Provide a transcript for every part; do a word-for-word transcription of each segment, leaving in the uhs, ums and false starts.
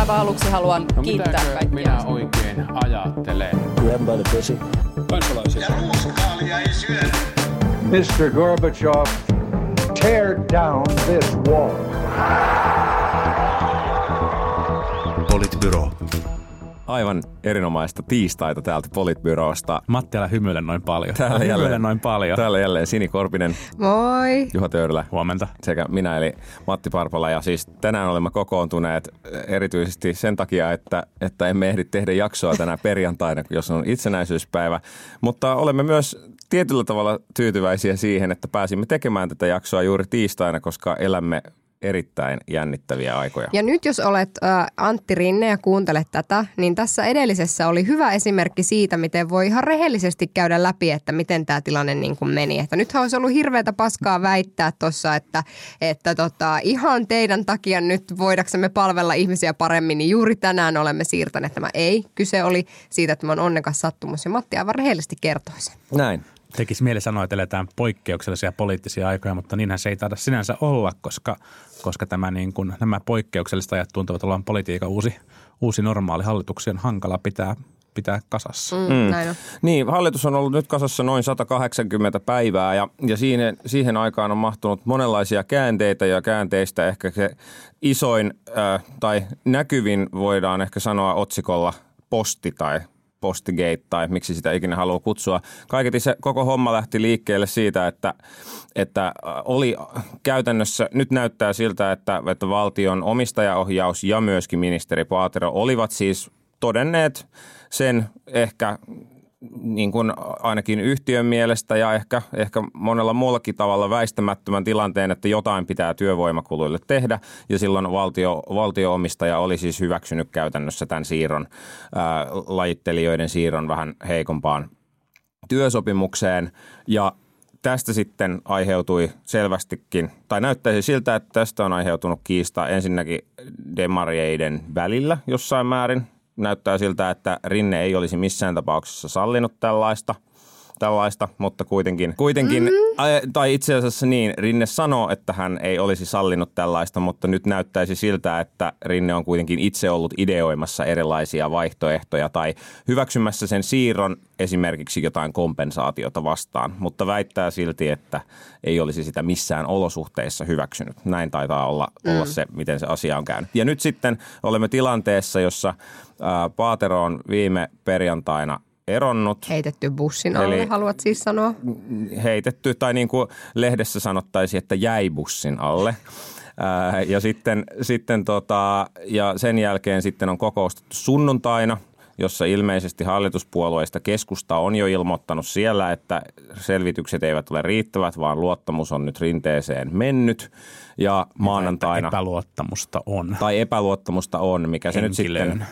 aivan aluksi haluan no, kiittää kaikkia. minä oikein ajattelen? Grab by the pussy. Kansalaisia. Ja ruuskaalia ei syödä. mister Gorbachev, tear down this wall. Politbyro. Aivan erinomaista tiistaita täältä Politbyrosta. Matti, älä hymyile noin paljon. Täällä hymyile jälleen, noin paljon. Täällä jälleen Sini Korpinen. Moi. Juha Töyrylä. Huomenta. Sekä minä eli Matti Parpola. Ja siis tänään olemme kokoontuneet erityisesti sen takia, että, että emme ehdi tehdä jaksoa tänään perjantaina, jos on itsenäisyyspäivä. Mutta olemme myös tietyllä tavalla tyytyväisiä siihen, että pääsimme tekemään tätä jaksoa juuri tiistaina, koska elämme erittäin jännittäviä aikoja. Ja nyt jos olet ä, Antti Rinne ja kuuntelet tätä, niin tässä edellisessä oli hyvä esimerkki siitä, miten voi ihan rehellisesti käydä läpi, että miten tämä tilanne niin kuin meni. Että nythän olisi ollut hirveätä paskaa väittää tuossa, että, että tota, ihan teidän takia nyt voidaksemme palvella ihmisiä paremmin, niin juuri tänään olemme siirtäneet tämä. Ei, kyse oli siitä, että mä oon onnekas sattumus ja Matti aivan rehellisesti kertoi sen. Näin. Tekisi mieli sanoa, että eletään poikkeuksellisia poliittisia aikoja, mutta niinhän se ei taida sinänsä olla, koska, koska tämä niin kuin, nämä poikkeukselliset ajat tuntuvat olevan politiikan uusi, uusi normaali. Hallituksia on hankala pitää, pitää kasassa. Mm, mm. Näin on. Niin, hallitus on ollut nyt kasassa noin sata kahdeksankymmentä päivää ja, ja siihen, siihen aikaan on mahtunut monenlaisia käänteitä ja käänteistä ehkä se isoin äh, tai näkyvin voidaan ehkä sanoa otsikolla posti tai Postigate tai miksi sitä ikinä haluaa kutsua. Kaiketi se koko homma lähti liikkeelle siitä, että, että oli käytännössä, nyt näyttää siltä, että, että valtion omistajaohjaus ja myöskin ministeri Paatero olivat siis todenneet sen ehkä niin kuin ainakin yhtiön mielestä ja ehkä, ehkä monella muullakin tavalla väistämättömän tilanteen, että jotain pitää työvoimakuluille tehdä. Ja silloin valtio, valtio-omistaja oli siis hyväksynyt käytännössä tämän siirron, ää, lajittelijoiden siirron vähän heikompaan työsopimukseen. Ja tästä sitten aiheutui selvästikin, tai näyttäisi siltä, että tästä on aiheutunut kiista ensinnäkin demareiden välillä jossain määrin. Näyttää siltä, että Rinne ei olisi missään tapauksessa sallinut tällaista, tällaista mutta kuitenkin, kuitenkin mm. tai itse asiassa niin, Rinne sanoo, että hän ei olisi sallinut tällaista, mutta nyt näyttäisi siltä, että Rinne on kuitenkin itse ollut ideoimassa erilaisia vaihtoehtoja tai hyväksymässä sen siirron esimerkiksi jotain kompensaatiota vastaan, mutta väittää silti, että ei olisi sitä missään olosuhteissa hyväksynyt. Näin taitaa olla, mm. olla se, miten se asia on käynyt. Ja nyt sitten olemme tilanteessa, jossa ää, Paatero on viime perjantaina eronnut. Heitetty bussin alle, eli haluat siis sanoa? Heitetty, tai niin kuin lehdessä sanottaisiin, että jäi bussin alle. Ää, ja sitten, sitten tota, ja sen jälkeen sitten on kokoustettu sunnuntaina, jossa ilmeisesti hallituspuolueista keskusta on jo ilmoittanut siellä, että selvitykset eivät ole riittävät, vaan luottamus on nyt Rinteeseen mennyt. Ja maanantaina epäluottamusta on. Tai epäluottamusta on, mikä Henkilöön. Se nyt sitten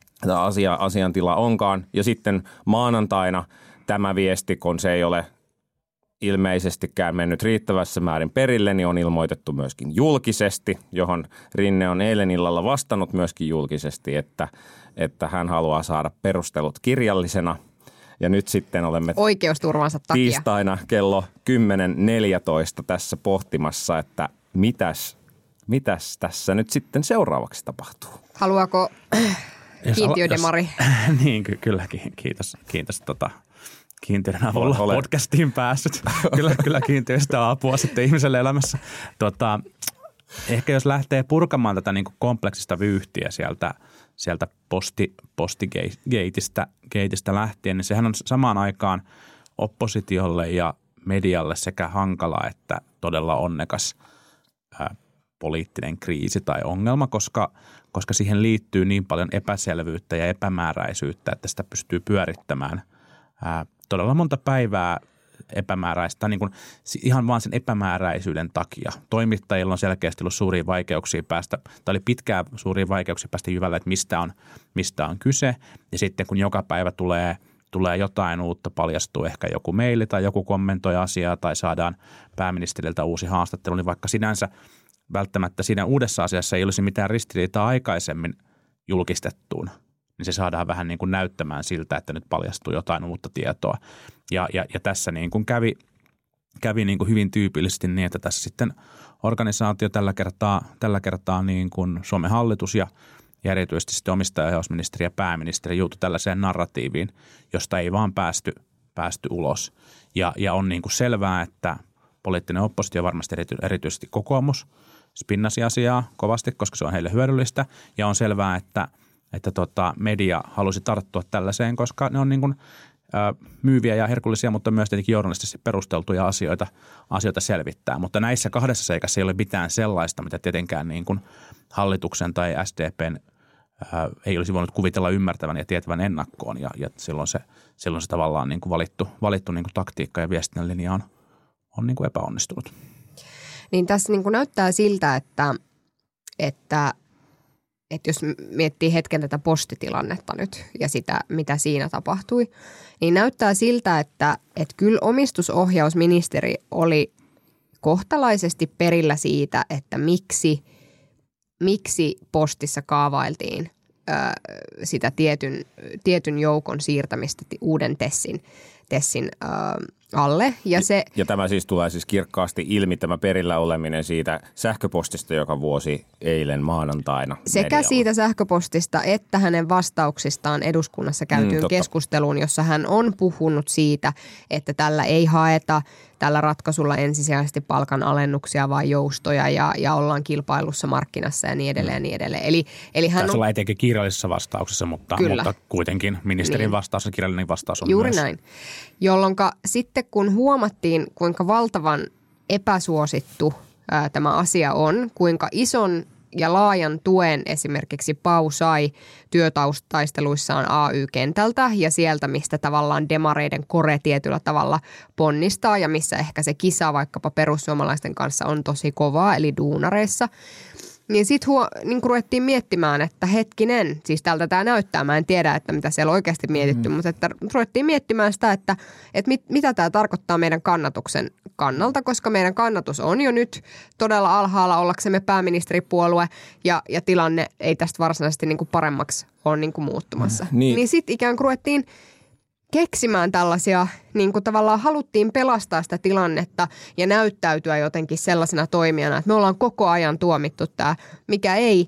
asia, asiantila onkaan. Ja sitten maanantaina tämä viesti, kun se ei ole ilmeisestikään mennyt riittävässä määrin perille, niin on ilmoitettu myöskin julkisesti, johon Rinne on eilen illalla vastannut myöskin julkisesti, että, että hän haluaa saada perustelut kirjallisena. Ja nyt sitten olemme oikeusturvansa takia tiistaina kello kymmenen neljätoista tässä pohtimassa, että mitäs, mitäs tässä nyt sitten seuraavaksi tapahtuu. Haluaako kiintiödemari? Niin, ky- kylläkin. Kiitos. Kiitos tota. Kiintiöiden avulla Ole. podcastiin päässyt. Kyllä, kyllä kiintiöistä apua sitten ihmiselle elämässä. Tota, ehkä jos lähtee purkamaan tätä niin kuin kompleksista vyyhtiä sieltä, sieltä posti, postigeitistä geitistä lähtien, niin sehän on samaan aikaan oppositiolle ja medialle sekä hankala että todella onnekas ää, poliittinen kriisi tai ongelma, koska, koska siihen liittyy niin paljon epäselvyyttä ja epämääräisyyttä, että sitä pystyy pyörittämään ää, todella monta päivää epämääräistä, niin kuin ihan vaan sen epämääräisyyden takia. Toimittajilla on selkeästi ollut suuria vaikeuksia päästä, tai oli pitkään suuria vaikeuksia päästä jyvälle, että mistä on, mistä on kyse. Ja sitten kun joka päivä tulee, tulee jotain uutta, paljastuu ehkä joku maili tai joku kommentoi asiaa tai saadaan pääministeriltä uusi haastattelu, niin vaikka sinänsä välttämättä siinä uudessa asiassa ei olisi mitään ristiriitaa aikaisemmin julkistettuun, niin se saadaan vähän niin kuin näyttämään siltä, että nyt paljastuu jotain uutta tietoa. Ja, ja, ja tässä niin kuin kävi, kävi niin kuin hyvin tyypillisesti niin, että tässä sitten organisaatio tällä kertaa, tällä kertaa niin kuin Suomen hallitus ja, ja erityisesti sitten omistajaohjausministeri ja pääministeri juutui tällaiseen narratiiviin, josta ei vaan päästy, päästy ulos. Ja, ja on niin kuin selvää, että poliittinen oppositio, varmasti erity, erityisesti kokoomus, spinnasi asiaa kovasti, koska se on heille hyödyllistä. Ja on selvää, että, että tota, media halusi tarttua tällaiseen, koska ne on niin kuin, ä, myyviä ja herkullisia, mutta myös tietenkin journalistisesti perusteltuja asioita, asioita selvittää. Mutta näissä kahdessa seikassa ei ole mitään sellaista, mitä tietenkään niin kuin hallituksen tai S D P:n ä, ei olisi voinut kuvitella ymmärtävän ja tietävän ennakkoon. Ja, ja silloin, se, silloin se tavallaan niin kuin valittu, valittu niin kuin taktiikka ja viestinnän linja on, on niin kuin epäonnistunut. Niin tässä niin kuin näyttää siltä, että, että, että jos miettii hetken tätä postitilannetta nyt ja sitä, mitä siinä tapahtui, niin näyttää siltä, että, että kyllä omistusohjausministeri oli kohtalaisesti perillä siitä, että miksi, miksi postissa kaavailtiin ö, sitä tietyn, tietyn joukon siirtämistä uuden Tessin, Tessin ö, alle. Ja, se, ja tämä siis tulee siis kirkkaasti ilmi tämä perillä oleminen siitä sähköpostista, joka vuosi eilen maanantaina. Sekä medialla. Siitä sähköpostista että hänen vastauksistaan eduskunnassa käytyyn mm, keskusteluun, jossa hän on puhunut siitä, että tällä ei haeta tällä ratkaisulla ensisijaisesti palkanalennuksia vaan joustoja ja, ja ollaan kilpailussa markkinassa ja niin edelleen ja niin edelleen. Eli, eli hän Tässä on etenkin kirjallisessa vastauksessa, mutta, mutta kuitenkin ministerin niin. vastaus ja kirjallinen vastaus on Juuri myös. näin. Jolloinka sitten kun huomattiin, kuinka valtavan epäsuosittu ää, tämä asia on, kuinka ison ja laajan tuen esimerkiksi Pau sai työtaisteluissaan A Y-kentältä ja sieltä, mistä tavallaan demareiden kore tietyllä tavalla ponnistaa ja missä ehkä se kisa vaikkapa perussuomalaisten kanssa on tosi kovaa, eli duunareissa. Niin sitten huo, niin ruvettiin miettimään, että hetkinen, siis tältä tämä näyttää, mä en tiedä, että mitä siellä on oikeasti mietitty, mm. mutta että ruvettiin miettimään sitä, että, että mit, mitä tämä tarkoittaa meidän kannatuksen kannalta, koska meidän kannatus on jo nyt todella alhaalla ollaksemme pääministeripuolue ja, ja tilanne ei tästä varsinaisesti niin kuin paremmaksi ole niin kuin muuttumassa. Mm. Niin, niin sitten ikään kuin ruvettiin keksimään tällaisia, niin kuin tavallaan haluttiin pelastaa sitä tilannetta ja näyttäytyä jotenkin sellaisena toimijana, että me ollaan koko ajan tuomittu tämä, mikä ei,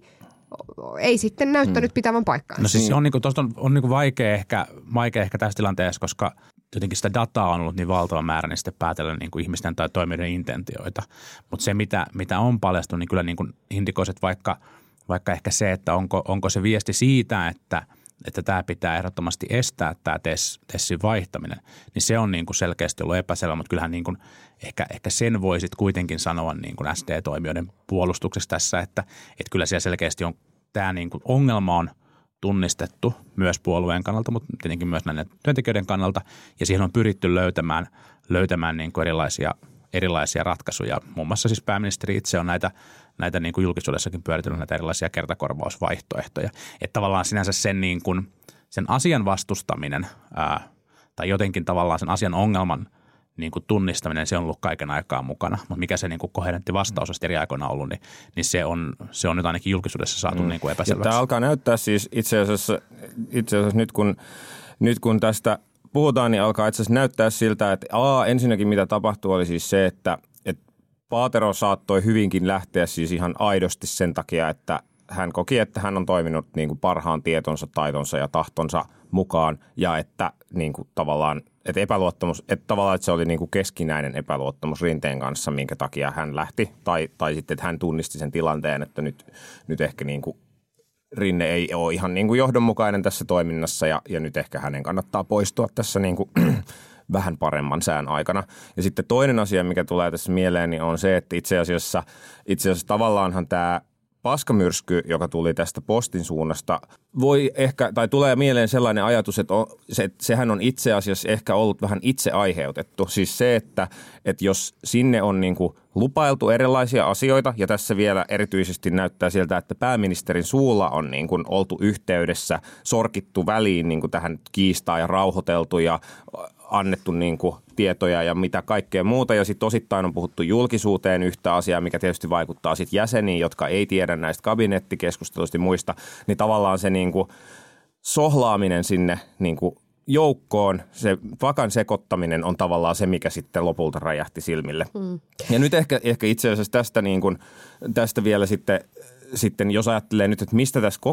ei sitten näyttänyt pitävän paikkaansa. No siis se on, niin kuin, on, on niin kuin vaikea, ehkä, vaikea ehkä tässä tilanteessa, koska jotenkin sitä dataa on ollut niin valtava määrä, niin sitten päätellä niin kuin ihmisten tai toimijoiden intentioita. Mutta se, mitä, mitä on paljastunut, niin kyllä niin kuin indikoisi, että vaikka, vaikka ehkä se, että onko, onko se viesti siitä, että että tämä pitää ehdottomasti estää, tämä Tessin vaihtaminen, niin se on niin kuin selkeästi ollut epäselvä, mutta kyllähän niin kuin ehkä, ehkä sen voisit kuitenkin sanoa niin kuin S D-toimijoiden puolustuksessa tässä, että, että kyllä siellä selkeästi on tämä niin kuin ongelma on tunnistettu myös puolueen kannalta, mutta tietenkin myös näiden työntekijöiden kannalta, ja siihen on pyritty löytämään, löytämään niin kuin erilaisia, erilaisia ratkaisuja. Muun muassa siis pääministeri itse on näitä näitä niin kuin julkisuudessakin pyöritellyt näitä erilaisia kertakorvausvaihtoehtoja. Että tavallaan sinänsä sen, niin kuin, sen asian vastustaminen ää, tai jotenkin tavallaan sen asian ongelman niin kuin tunnistaminen, se on ollut kaiken aikaa mukana. Mutta mikä se niin kuin koherentti vastaus on eri aikoina ollut, niin, niin se, on, se on nyt ainakin julkisuudessa saatu mm. niin kuin epäselväksi. Ja tämä alkaa näyttää siis itse asiassa, itse asiassa nyt, kun, nyt kun tästä puhutaan, niin alkaa itse asiassa näyttää siltä, että a, ensinnäkin mitä tapahtui oli siis se, että Paatero saattoi hyvinkin lähteä siis ihan aidosti sen takia, että hän koki, että hän on toiminut niin kuin parhaan tietonsa, taitonsa ja tahtonsa mukaan ja että niin kuin tavallaan, että epäluottamus, että tavallaan että se oli niin kuin keskinäinen epäluottamus Rinteen kanssa, minkä takia hän lähti tai, tai sitten, että hän tunnisti sen tilanteen, että nyt, nyt ehkä niin kuin Rinne ei ole ihan niin kuin johdonmukainen tässä toiminnassa ja, ja nyt ehkä hänen kannattaa poistua tässä niin kuin vähän paremman sään aikana. Ja sitten toinen asia, mikä tulee tässä mieleen, niin on se, että itse asiassa, itse asiassa tavallaanhan tämä paskamyrsky, joka tuli tästä postin suunnasta, voi ehkä, tai tulee mieleen sellainen ajatus, että, on, se, että sehän on itse asiassa ehkä ollut vähän itse aiheutettu. Siis se, että, että jos sinne on niin kuin lupailtu erilaisia asioita, ja tässä vielä erityisesti näyttää siltä, että pääministerin suulla on niin kuin oltu yhteydessä, sorkittu väliin niin kuin tähän kiistaan ja rauhoiteltu ja annettu niin kuin tietoja ja mitä kaikkea muuta. Ja sitten osittain on puhuttu julkisuuteen yhtä asiaa, mikä tietysti vaikuttaa sitten jäseniin, jotka ei tiedä näistä kabinettikeskusteluista ja muista. Niin tavallaan se niin kuin sohlaaminen sinne niin kuin joukkoon, se vakan sekoittaminen on tavallaan se, mikä sitten lopulta räjähti silmille. Mm. Ja nyt ehkä, ehkä itse asiassa tästä, niin kuin, tästä vielä sitten, sitten, jos ajattelee nyt, että mistä tässä koko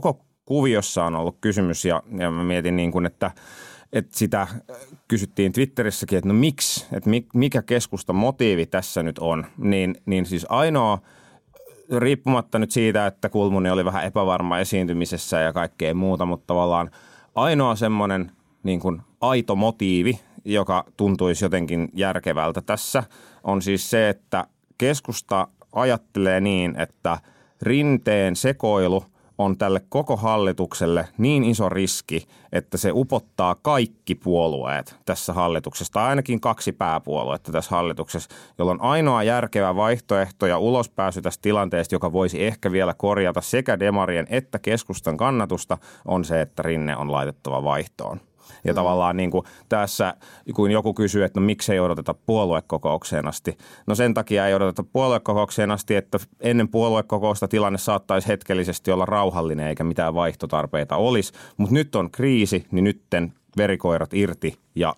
kuviossa on ollut kysymys ja, ja mä mietin niin kuin, että että sitä kysyttiin Twitterissäkin, että no miksi, että mikä keskustan motiivi tässä nyt on, niin, niin siis ainoa, riippumatta nyt siitä, että Kulmuni oli vähän epävarma esiintymisessä ja kaikkea muuta, mutta tavallaan ainoa semmoinen niin kuin aito motiivi, joka tuntuisi jotenkin järkevältä tässä, on siis se, että keskusta ajattelee niin, että Rinteen sekoilu on tälle koko hallitukselle niin iso riski, että se upottaa kaikki puolueet tässä hallituksessa, tai ainakin kaksi pääpuoluetta tässä hallituksessa, jolloin ainoa järkevä vaihtoehto ja ulospääsy tästä tilanteesta, joka voisi ehkä vielä korjata sekä demarien että keskustan kannatusta, on se, että Rinne on laitettava vaihtoon. Ja mm. tavallaan niin kuin tässä, kun joku kysyy, että no miksei odoteta puoluekokoukseen asti. No sen takia ei odoteta puoluekokoukseen asti, että ennen puoluekokousta tilanne saattaisi hetkellisesti olla rauhallinen eikä mitään vaihtotarpeita olisi. Mutta nyt on kriisi, niin nytten verikoirat irti ja,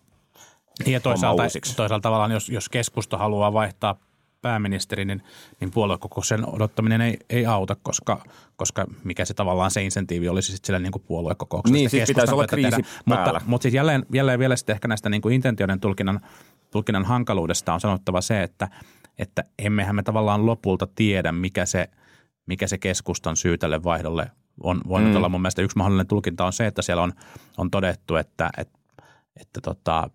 ja toisaalta, toisaalta tavallaan, jos, jos keskusta haluaa vaihtaa pääministeri, niin, niin puoluekokouksen odottaminen ei, ei auta, koska, koska mikä se tavallaan se insentiivi olisi sitten sillä niin kuin puoluekokouksesta. Niin, siis pitäisi olla kriisi tehdä. Mutta, mutta siis jälleen, jälleen vielä sitten ehkä näistä niin kuin intentioiden tulkinnan, tulkinnan hankaluudesta on sanottava se, että, että emmehän me tavallaan lopulta tiedä, mikä se, mikä se keskustan syy tälle vaihdolle on voinut mm. olla. Mun mielestä yksi mahdollinen tulkinta on se, että siellä on, on todettu, että, että Että tota,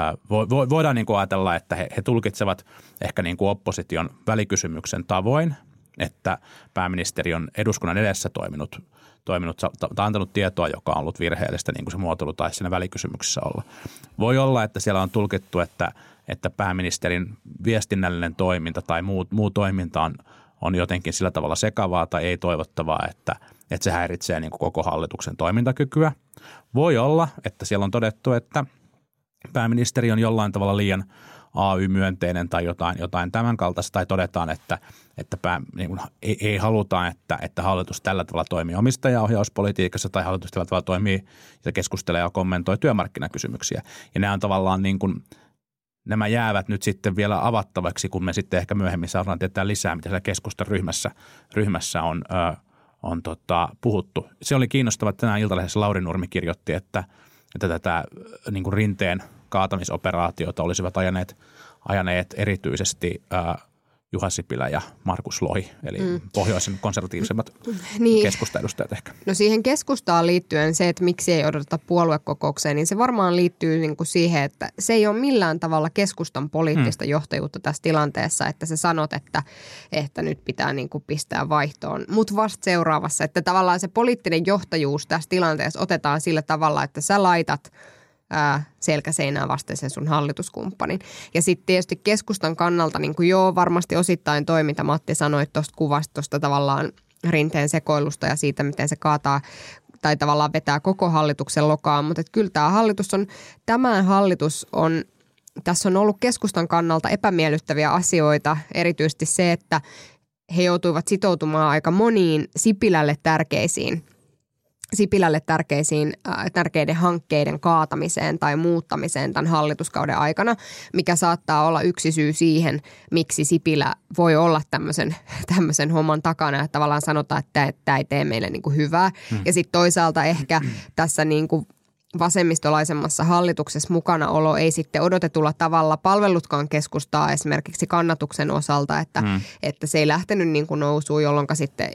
vo, voidaan niin kuin ajatella, että he, he tulkitsevat ehkä niin kuin opposition välikysymyksen tavoin, että pääministeri on eduskunnan edessä toiminut, toiminut tai antanut tietoa, joka on ollut virheellistä, niin kuin se muotoilu taisi siinä välikysymyksessä olla. Voi olla, että siellä on tulkittu, että, että pääministerin viestinnällinen toiminta tai muu, muu toiminta on, on jotenkin sillä tavalla sekavaa tai ei toivottavaa, että, että se häiritsee niin kuin koko hallituksen toimintakykyä. Voi olla, että siellä on todettu, että pääministeri on jollain tavalla liian A Y-myönteinen tai jotain, jotain tämän kaltaista, tai todetaan, että, että pää, niin kuin, ei, ei haluta, että, että hallitus tällä tavalla toimii omistajaohjauspolitiikassa tai hallitus tällä tavalla toimii ja keskustelee ja kommentoi työmarkkinakysymyksiä. Ja nämä on tavallaan niin kuin, nämä jäävät nyt sitten vielä avattavaksi, kun me sitten ehkä myöhemmin saadaan tietää lisää, mitä siellä keskustan ryhmässä, ryhmässä on ö, on tota, puhuttu. Se oli kiinnostava, että tänään Iltalehdessä Lauri Nurmi kirjoitti, että, että tätä niin kuin Rinteen kaatamisoperaatiota olisivat ajaneet, ajaneet erityisesti ää, Juha Sipilä ja Markus Lohi, eli mm. pohjoisen konservatiivisemmat niin. keskustaedustajat ehkä. No siihen keskustaan liittyen se, että miksi ei odoteta puoluekokoukseen, niin se varmaan liittyy niin kuin siihen, että se ei ole millään tavalla keskustan poliittista mm. johtajuutta tässä tilanteessa, että sä sanot, että, että nyt pitää niin kuin pistää vaihtoon, mutta vasta seuraavassa, että tavallaan se poliittinen johtajuus tässä tilanteessa otetaan sillä tavalla, että sä laitat Ää, selkäseinää vasten sen sun hallituskumppanin. Ja sitten tietysti keskustan kannalta, niin kuin joo, varmasti osittain toi, mitä Matti sanoi tuosta kuvasta, tuosta tavallaan Rinteen sekoilusta ja siitä, miten se kaataa tai tavallaan vetää koko hallituksen lokaan. Mutta kyllä tämä hallitus on, tämä hallitus on, tässä on ollut keskustan kannalta epämiellyttäviä asioita, erityisesti se, että he joutuivat sitoutumaan aika moniin Sipilälle tärkeisiin Sipilälle tärkeisiin, äh, tärkeiden hankkeiden kaatamiseen tai muuttamiseen tämän hallituskauden aikana, mikä saattaa olla yksi syy siihen, miksi Sipilä voi olla tämmöisen, tämmöisen homman takana, että tavallaan sanotaan, että tämä ei tee meille niin kuin hyvää. Hmm. Ja sitten toisaalta ehkä tässä niin kuin vasemmistolaisemmassa hallituksessa mukanaolo ei sitten odotetulla tavalla palvellutkaan keskustaa esimerkiksi kannatuksen osalta, että, hmm. että se ei lähtenyt niin kuin nousuun, jolloin sitten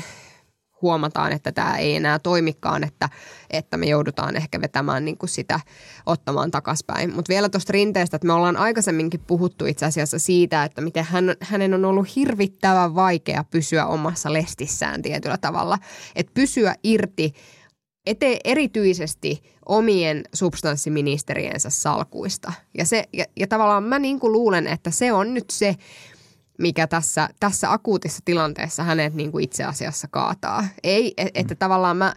huomataan, että tämä ei enää toimikaan, että, että me joudutaan ehkä vetämään niin kuin sitä, ottamaan takaspäin. Mutta vielä tuosta Rinteestä, että me ollaan aikaisemminkin puhuttu itse asiassa siitä, että miten hän, hänen on ollut hirvittävän vaikea pysyä omassa lestissään tietyllä tavalla. Että pysyä irti ete, erityisesti omien substanssiministeriensä salkuista. Ja, se, ja, ja tavallaan mä niin kuin luulen, että se on nyt se, mikä tässä, tässä akuutissa tilanteessa hänet niin kuin itse asiassa kaataa. Ei, et, että tavallaan mä,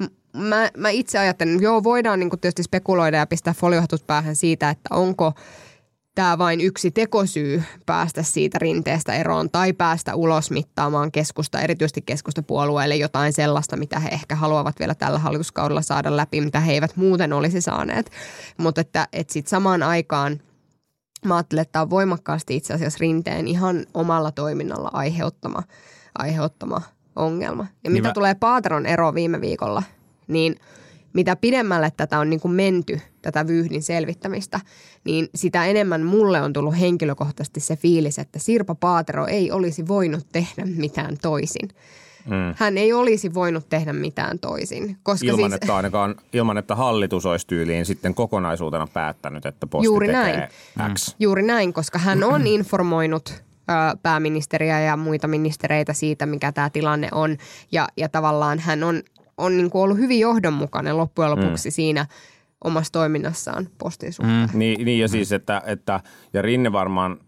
mä, mä itse ajattelen, joo voidaan niin kuin tietysti spekuloida ja pistää foliohatut päähän siitä, että onko tämä vain yksi tekosyy päästä siitä Rinteestä eroon tai päästä ulos mittaamaan keskusta, erityisesti keskustapuolueelle jotain sellaista, mitä he ehkä haluavat vielä tällä hallituskaudella saada läpi, mitä he eivät muuten olisi saaneet. Mutta että, että sitten samaan aikaan mä ajattelen, että tämä on voimakkaasti itse asiassa Rinteen ihan omalla toiminnalla aiheuttama, aiheuttama ongelma. Ja mitä niin tulee Paateron eroon viime viikolla, niin mitä pidemmälle tätä on niin kuin menty, tätä vyyhdin selvittämistä, niin sitä enemmän mulle on tullut henkilökohtaisesti se fiilis, että Sirpa Paatero ei olisi voinut tehdä mitään toisin. Mm. Hän ei olisi voinut tehdä mitään toisin. Koska ilman, siis, että ainakaan, ilman, että hallitus olisi tyyliin sitten kokonaisuutena päättänyt, että posti juuri tekee näin. X. Juuri näin, koska hän on informoinut ö, pääministeriä ja muita ministereitä siitä, mikä tämä tilanne on. Ja, ja tavallaan hän on, on niin kuin ollut hyvin johdonmukainen loppujen lopuksi mm. siinä omassa toiminnassaan postin suhteen. Mm. Niin, niin ja siis, että, että ja Rinne varmaan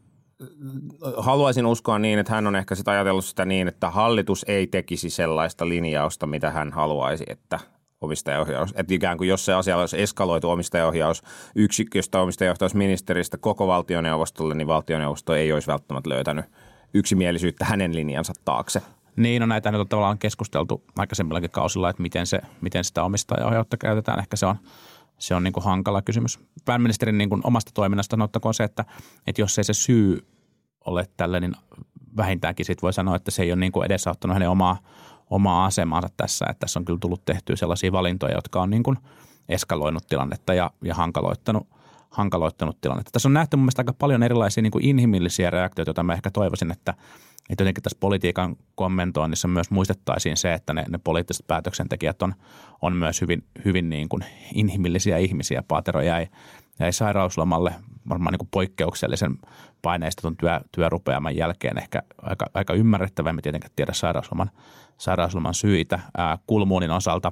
haluaisin uskoa niin, että hän on ehkä sitä ajatellut sitä niin, että hallitus ei tekisi sellaista linjausta, mitä hän haluaisi, että omistajaohjaus, että ikään kuin jos se asia olisi eskaloitu omistajaohjausyksiköstä, omistajaohjausministeristä koko valtioneuvostolle, niin valtioneuvosto ei olisi välttämättä löytänyt yksimielisyyttä hänen linjansa taakse. Niin, no näitä nyt on tavallaan keskusteltu aikaisemmillakin kausilla, että miten, se, miten sitä omistajaohjausta käytetään. Ehkä se on, se on niin kuin hankala kysymys. Pääministerin niin kuin omasta toiminnasta sanottakoon se, että, että jos ei se syy ole tällä, niin vähintäänkin sit voi sanoa, että se ei ole niin kuin edesauttanut hänen omaa, omaa asemaansa tässä. Että tässä on kyllä tullut tehtyä sellaisia valintoja, jotka on niin kuin eskaloinut tilannetta ja, ja hankaloittanut, hankaloittanut tilannetta. Tässä on nähty mun mielestä aika paljon erilaisia niin kuin inhimillisiä reaktioita, joita mä ehkä toivoisin, että Että jotenkin tässä politiikan kommentoinnissa myös muistettaisiin se, että ne, ne poliittiset päätöksentekijät on, on myös hyvin, hyvin niin kuin inhimillisiä ihmisiä. Paatero jäi, jäi sairauslomalle varmaan niin kuin poikkeuksellisen paineistetun työ, työrupeaman jälkeen. Ehkä aika, aika ymmärrettävä, emme tietenkään tiedä sairausloman, sairausloman syitä. Ää, Kulmuunin osalta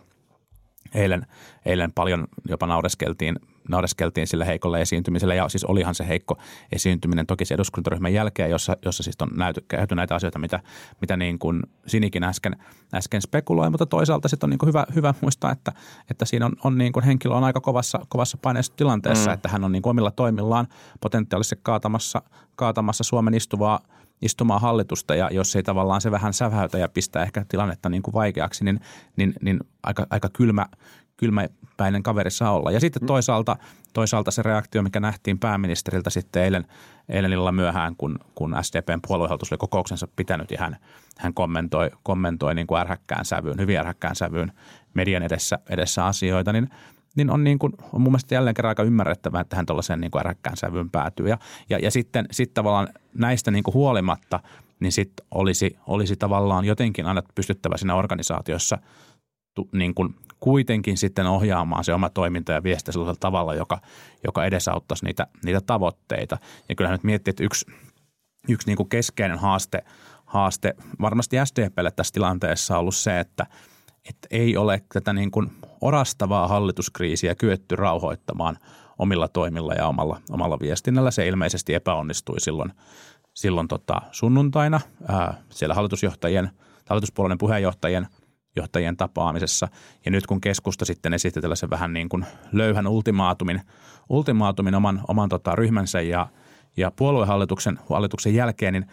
eilen, eilen paljon jopa naureskeltiin, naureskeltiin sille heikolle esiintymiselle, ja siis olihan se heikko esiintyminen toki se eduskuntaryhmän jälkeen, jossa, jossa siis on näyty, käyty näitä asioita, mitä, mitä niin kuin Sinikin äsken, äsken spekuloi, mutta toisaalta sitten on niin kuin hyvä, hyvä muistaa, että, että siinä on, on niin kuin henkilö on aika kovassa, kovassa paineessa tilanteessa, mm. että hän on niin kuin omilla toimillaan potentiaalisesti kaatamassa, kaatamassa Suomen istuvaa istumaan hallitusta, ja jos ei tavallaan se vähän säväytä ja pistää ehkä tilannetta niin kuin vaikeaksi, niin, niin, niin aika, aika kylmä, kylmäpäinen kaveri saa olla. Ja sitten toisaalta, toisaalta se reaktio, mikä nähtiin pääministeriltä sitten eilen, eilen illalla myöhään, kun, kun S D P:n puoluehallitus oli kokouksensa pitänyt, ja hän, hän kommentoi, kommentoi niin kuin ärhäkkään sävyyn, hyvin ärhäkkään sävyyn median edessä, edessä asioita, niin niin on, niin kuin, on mun mielestä jälleen kerran aika ymmärrettävää, että hän tuollaiseen niin kuin äräkkään sävyyn päätyy. Ja, ja, ja sitten sit tavallaan näistä niin kuin huolimatta, niin sitten olisi, olisi tavallaan jotenkin aina pystyttävä siinä organisaatiossa tu, niin kuin kuitenkin sitten ohjaamaan se oma toiminta ja viesti sellaisella tavalla, joka, joka edesauttaisi niitä, niitä tavoitteita. Ja kyllähän nyt miettii, että yksi, yksi niin kuin keskeinen haaste, haaste varmasti S D P:lle tässä tilanteessa on ollut se, että että ei ole tätä niin kuin orastavaa hallituskriisiä kyetty rauhoittamaan omilla toimilla ja omalla, omalla viestinnällä. Se ilmeisesti epäonnistui silloin, silloin tota sunnuntaina ää, siellä hallitusjohtajien, hallituspuolueiden puheenjohtajien johtajien tapaamisessa. Ja nyt kun keskusta sitten esitti tällaisen vähän niin kuin löyhän ultimaatumin, ultimaatumin oman, oman tota ryhmänsä ja, ja puoluehallituksen hallituksen jälkeen, niin,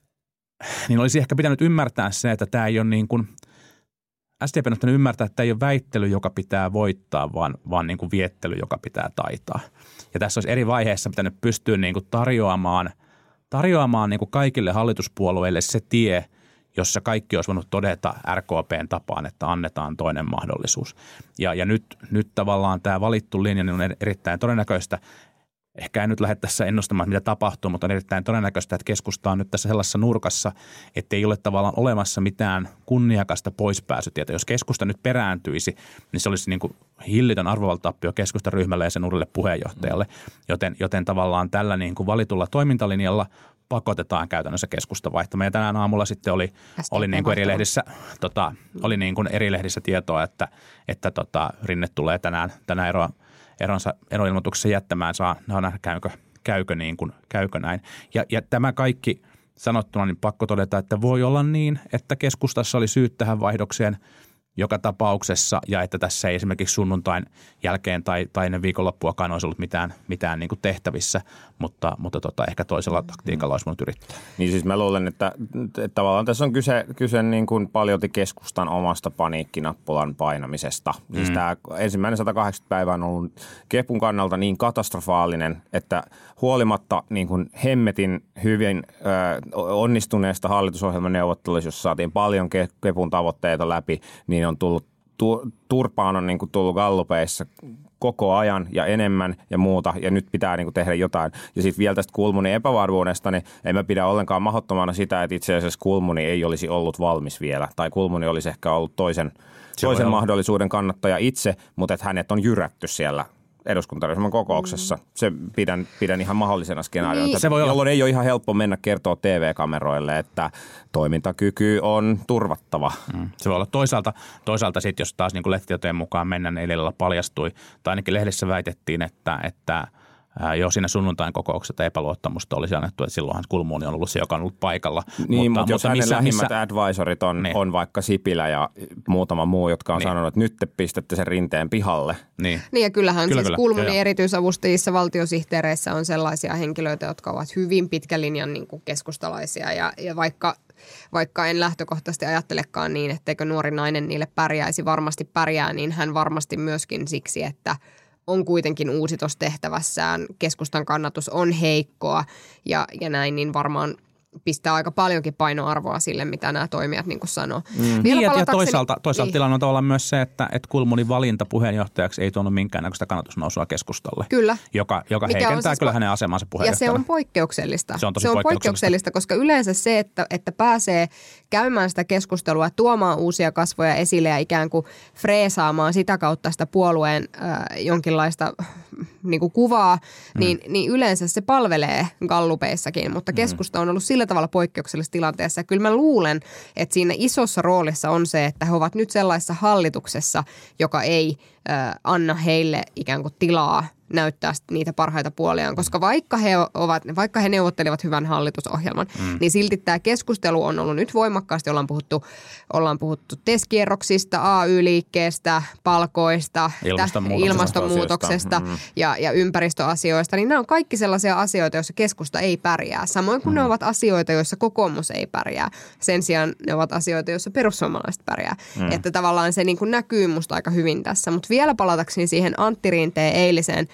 niin olisi ehkä pitänyt ymmärtää se, että tämä ei ole niin kuin S D P on ottanut ymmärtää, että tämä ei ole väittely, joka pitää voittaa, vaan, vaan niin kuin viettely, joka pitää taitaa. Ja tässä olisi eri vaiheessa pitänyt pystyä niin kuin tarjoamaan, tarjoamaan niin kuin kaikille hallituspuolueille se tie, jossa kaikki olisi voinut todeta R K P:n tapaan, että annetaan toinen mahdollisuus. Ja, ja nyt, nyt tavallaan tämä valittu linja niin on erittäin todennäköistä. Ehkä en nyt lähde tässä ennustamaan, mitä tapahtuu, mutta on erittäin todennäköistä, että keskusta on nyt tässä sellaisessa nurkassa, että ei ole tavallaan olemassa mitään kunniakasta poispääsytietä. Jos keskusta nyt perääntyisi, niin se olisi niin kuin hillitön arvovaltappio keskustan ryhmälle ja sen uudelle puheenjohtajalle. Joten, joten tavallaan tällä niin kuin valitulla toimintalinjalla pakotetaan käytännössä keskusta vaihtamaan. Ja tänään aamulla sitten oli, oli, niin kuin eri, lehdissä, tota, oli niin kuin eri lehdissä tietoa, että, että tota, Rinne tulee tänään, tänään eroa. eronsa eroilmoituksessa jättämään, saa nähdä käykö, käykö, niin kuin, käykö näin. Ja, ja tämä kaikki sanottuna, niin pakko todeta, että voi olla niin, että keskustassa oli syyt tähän vaihdokseen joka tapauksessa ja että tässä ei esimerkiksi sunnuntain jälkeen tai, tai ennen viikonloppuakaan olisi ollut mitään, mitään niin kuin tehtävissä, mutta, mutta tota, ehkä toisella taktiikalla olisi voinut yrittää. Niin siis mä luulen, että, että tavallaan tässä on kyse, kyse niin kuin paljolti keskustan omasta paniikkinappulan painamisesta. Siis mm. tämä ensimmäinen sata kahdeksankymmentä päivää on ollut Kepun kannalta niin katastrofaalinen, että huolimatta niin kuin hemmetin hyvin ö, onnistuneesta hallitusohjelman neuvotteluissa, jossa saatiin paljon Kepun tavoitteita läpi, niin on tullut tu, turpaan on niin kuin tullut gallupeissa koko ajan ja enemmän ja muuta, ja nyt pitää niin kuin tehdä jotain. Ja sitten vielä tästä Kulmunin epävarmuudesta, niin en mä pidä ollenkaan mahdottomana sitä, että itse asiassa Kulmuni ei olisi ollut valmis vielä, tai Kulmuni olisi ehkä ollut toisen, toisen mahdollisuuden kannattaja itse, mutta että hänet on jyrätty siellä eduskuntaryhmän kokouksessa. Mm. Se pidän, pidän ihan mahdollisena skenaariona, niin. jolloin olla. Ei ole ihan helppo mennä kertoa T V-kameroille, että toimintakyky on turvattava. Mm. Se voi olla toisaalta, toisaalta sitten, jos taas niin kuin lehtitietojen mukaan mennään eilen paljastui, tai ainakin lehdessä väitettiin, että, että jo siinä sunnuntain kokouksessa epäluottamusta olisi annettu, että silloinhan Kulmuni on ollut se, joka on ollut paikalla. Niin, mutta, mutta jos hänen missä, lähimmät missä... advisorit on, niin. on vaikka Sipilä ja muutama muu, jotka on niin. sanonut, että nyt te pistätte sen rinteen pihalle. Niin, niin ja kyllähän kyllä, siis kyllä. Kulmunin erityisavustajissa valtiosihteereissä on sellaisia henkilöitä, jotka ovat hyvin pitkän linjan niin kuin keskustalaisia ja, ja vaikka... Vaikka en lähtökohtaisesti ajattelekaan niin, etteikö nuori nainen niille pärjäisi, varmasti pärjää, niin hän varmasti myöskin siksi, että on kuitenkin uusi tuossa tehtävässään, keskustan kannatus on heikkoa ja, ja näin, niin varmaan pistää aika paljonkin painoarvoa sille, mitä nämä toimijat niin kuin sanoo. Mm. Niin, ja toisaalta, toisaalta niin. tilanne on tavallaan myös se, että, että Kulmunin valinta puheenjohtajaksi ei tuonut minkäännäköistä kannatusnousua keskustalle. Kyllä. Joka, joka heikentää siis kyllä hänen asemansa puheenjohtajana. Ja se on poikkeuksellista. Se on tosi se on poikkeuksellista. poikkeuksellista, koska yleensä se, että, että pääsee käymään sitä keskustelua, tuomaan uusia kasvoja esille ja ikään kuin freesaamaan sitä kautta sitä puolueen äh, jonkinlaista niin kuin kuvaa, mm. niin, niin yleensä se palvelee gallupeissakin, mutta keskusta on ollut sillä tavalla poikkeuksellisessa tilanteessa. Ja kyllä mä luulen, että siinä isossa roolissa on se, että he ovat nyt sellaisessa hallituksessa, joka ei äh, anna heille ikään kuin tilaa näyttää niitä parhaita puoliaan, koska vaikka he, ovat, vaikka he neuvottelivat hyvän hallitusohjelman, mm. niin silti tämä keskustelu on ollut nyt voimakkaasti. Ollaan puhuttu, ollaan puhuttu T E S-kierroksista, A Y-liikkeestä, palkoista, ilmastonmuutoksesta, ilmastonmuutoksesta mm. ja, ja ympäristöasioista. Niin nämä on kaikki sellaisia asioita, joissa keskusta ei pärjää. Samoin kuin mm. ne ovat asioita, joissa kokoomus ei pärjää. Sen sijaan ne ovat asioita, joissa perussuomalaiset pärjää. Mm. Että tavallaan se niin kuin näkyy musta aika hyvin tässä. Mutta vielä palatakseni siihen Antti Rinteen eiliseen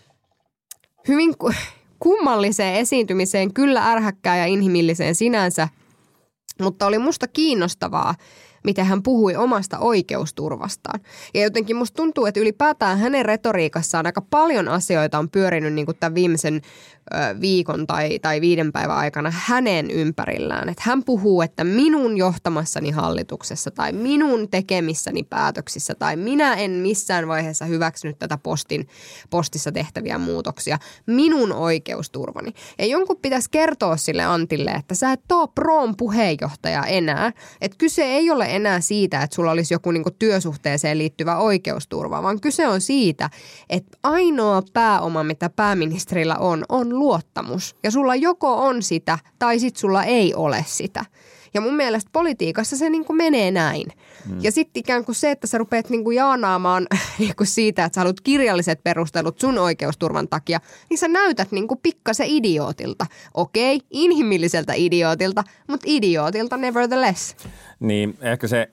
hyvin kummalliseen esiintymiseen, kyllä ärhäkkään ja inhimilliseen sinänsä, mutta oli musta kiinnostavaa, miten hän puhui omasta oikeusturvastaan. Ja jotenkin musta tuntuu, että ylipäätään hänen retoriikassaan aika paljon asioita on pyörinyt niin kuin tämän viimeisen ö, viikon tai, tai viiden päivän aikana hänen ympärillään. Että hän puhuu, että minun johtamassani hallituksessa tai minun tekemissäni päätöksissä tai minä en missään vaiheessa hyväksynyt tätä postin, postissa tehtäviä muutoksia. Minun oikeusturvani. Ja jonkun pitäisi kertoa sille Antille, että sä et ole Proon puheenjohtaja enää. Että kyse ei ole enää siitä, että sulla olisi joku niinku työsuhteeseen liittyvä oikeusturva, vaan kyse on siitä, että ainoa pääoma, mitä pääministerillä on, on luottamus. Ja sulla joko on sitä, tai sit sulla ei ole sitä. Ja mun mielestä politiikassa se niinku menee näin. Mm. Ja sitten ikään kuin se, että sä rupeat niinku jaanaamaan niinku siitä, että sä haluat kirjalliset perustelut sun oikeusturvan takia, niin sä näytät niinku pikkasen idiootilta. Okei, inhimilliseltä idiootilta, mutta idiootilta nevertheless. Niin, ehkä se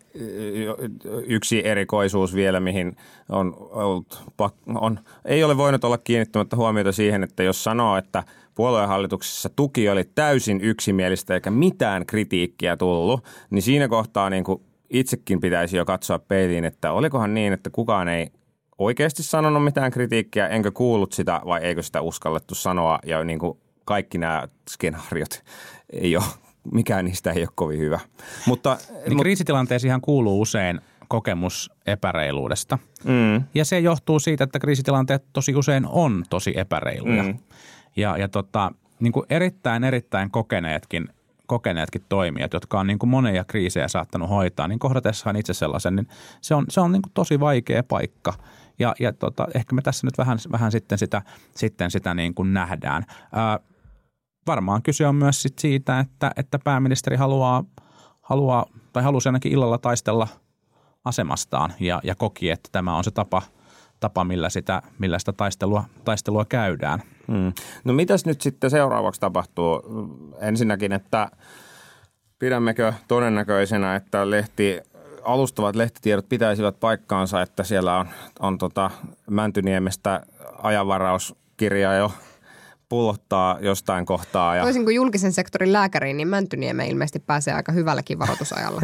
yksi erikoisuus vielä, mihin on ollut, on, ei ole voinut olla kiinnittämättä huomiota siihen, että jos sanoo, että puoluehallituksessa tuki oli täysin yksimielistä eikä mitään kritiikkiä tullut, niin siinä kohtaa niin kuin itsekin pitäisi jo katsoa peiliin, että olikohan niin, että kukaan ei oikeasti sanonut mitään kritiikkiä, enkä kuullut sitä vai eikö sitä uskallettu sanoa ja niin kuin kaikki nämä skenaariot ei ole. Mikään niistä ei ole kovin hyvä. Mutta, niin mut... kriisitilanteisiin kuuluu usein kokemus epäreiluudesta. Mm. Ja se johtuu siitä, että kriisitilanteet tosi usein on tosi epäreiluja. Mm. Ja, ja tota, niin kuin erittäin, erittäin kokeneetkin, kokeneetkin toimijat, jotka on niin kuin monia kriisejä saattanut hoitaa, niin kohdatessaan itse sellaisen, niin se on, se on niin kuin tosi vaikea paikka. Ja, ja tota, ehkä me tässä nyt vähän, vähän sitten sitä, sitten sitä niin kuin nähdään. Ää, Varmaan kyse on myös sit siitä, että, että pääministeri haluaa, haluaa tai halusi ainakin illalla taistella asemastaan ja, ja koki, että tämä on se tapa, tapa millä, sitä, millä sitä taistelua, taistelua käydään. Hmm. No mitäs nyt sitten seuraavaksi tapahtuu? Ensinnäkin, että pidämmekö todennäköisenä, että lehti, alustavat lehtitiedot pitäisivät paikkaansa, että siellä on, on tota Mäntyniemestä ajanvarauskirja jo pullottaa jostain kohtaa. Ja... Toisin kuin julkisen sektorin lääkäriin, niin Mäntyniemen ilmeisesti pääsee aika hyvälläkin varoitusajalla.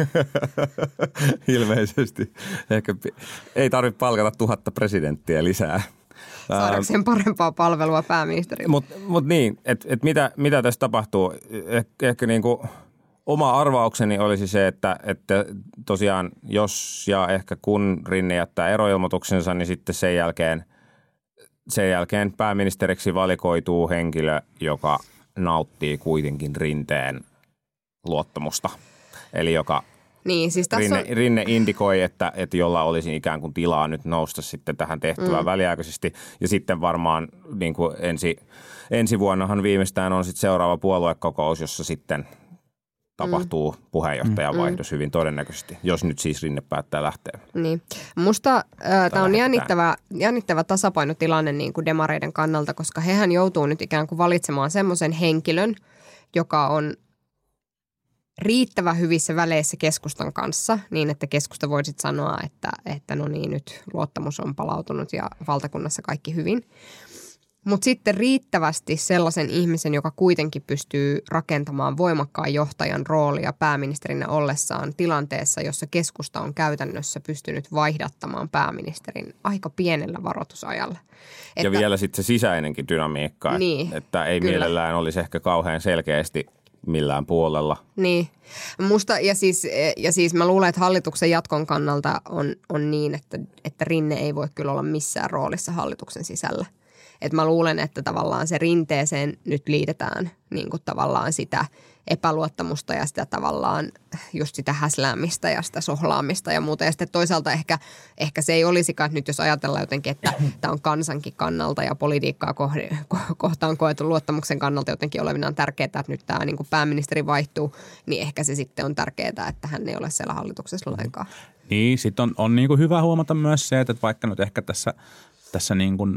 Ilmeisesti. Ehkä ei tarvitse palkata tuhatta presidenttiä lisää. Saadakseen parempaa palvelua pääministerille. Mutta mut niin, että et mitä, mitä tässä tapahtuu? Eh, ehkä niinku oma arvaukseni olisi se, että, että tosiaan jos ja ehkä kun Rinne jättää eroilmoituksensa, niin sitten sen jälkeen, sen jälkeen pääministeriksi valikoituu henkilö, joka nauttii kuitenkin Rinteen luottamusta. Eli joka niin, siis Rinne, on... Rinne indikoi, että, että jolla olisi ikään kuin tilaa nyt nousta sitten tähän tehtävään mm. väliaikaisesti. Ja sitten varmaan niin kuin ensi, ensi vuonnahan viimeistään on sitten seuraava puoluekokous, jossa sitten tapahtuu mm. puheenjohtajan vaihdos mm. hyvin todennäköisesti, jos nyt siis Rinne päättää lähteä. Niin. Musta äh, tämä on jännittävä, jännittävä tasapainotilanne niin kuin demareiden kannalta, koska hehän joutuu nyt ikään kuin valitsemaan semmoisen henkilön, joka on riittävän hyvissä väleissä keskustan kanssa, niin että keskusta voisit sanoa, että, että no niin, nyt luottamus on palautunut ja valtakunnassa kaikki hyvin. Mutta sitten riittävästi sellaisen ihmisen, joka kuitenkin pystyy rakentamaan voimakkaan johtajan roolia pääministerinä ollessaan tilanteessa, jossa keskusta on käytännössä pystynyt vaihdattamaan pääministerin aika pienellä varoitusajalla. Että, ja vielä sitten se sisäinenkin dynamiikka, niin, että ei kyllä. mielellään olisi ehkä kauhean selkeästi millään puolella. Niin. Musta, ja siis, ja siis mä luulen, että hallituksen jatkon kannalta on, on niin, että, että Rinne ei voi kyllä olla missään roolissa hallituksen sisällä. Että mä luulen, että tavallaan se Rinteeseen nyt liitetään niin kuin tavallaan sitä epäluottamusta ja sitä tavallaan just sitä häsläämistä ja sitä sohlaamista ja muuta. Ja sitten toisaalta ehkä, ehkä se ei olisikaan, että nyt jos ajatellaan jotenkin, että tämä on kansankin kannalta ja politiikkaa kohtaan koetun luottamuksen kannalta jotenkin olevinaan tärkeää, että nyt tämä niin kuin pääministeri vaihtuu, niin ehkä se sitten on tärkeää, että hän ei ole siellä hallituksessa lainkaan. Niin, sitten on, on niin kuin hyvä huomata myös se, että vaikka nyt ehkä tässä, tässä niin kuin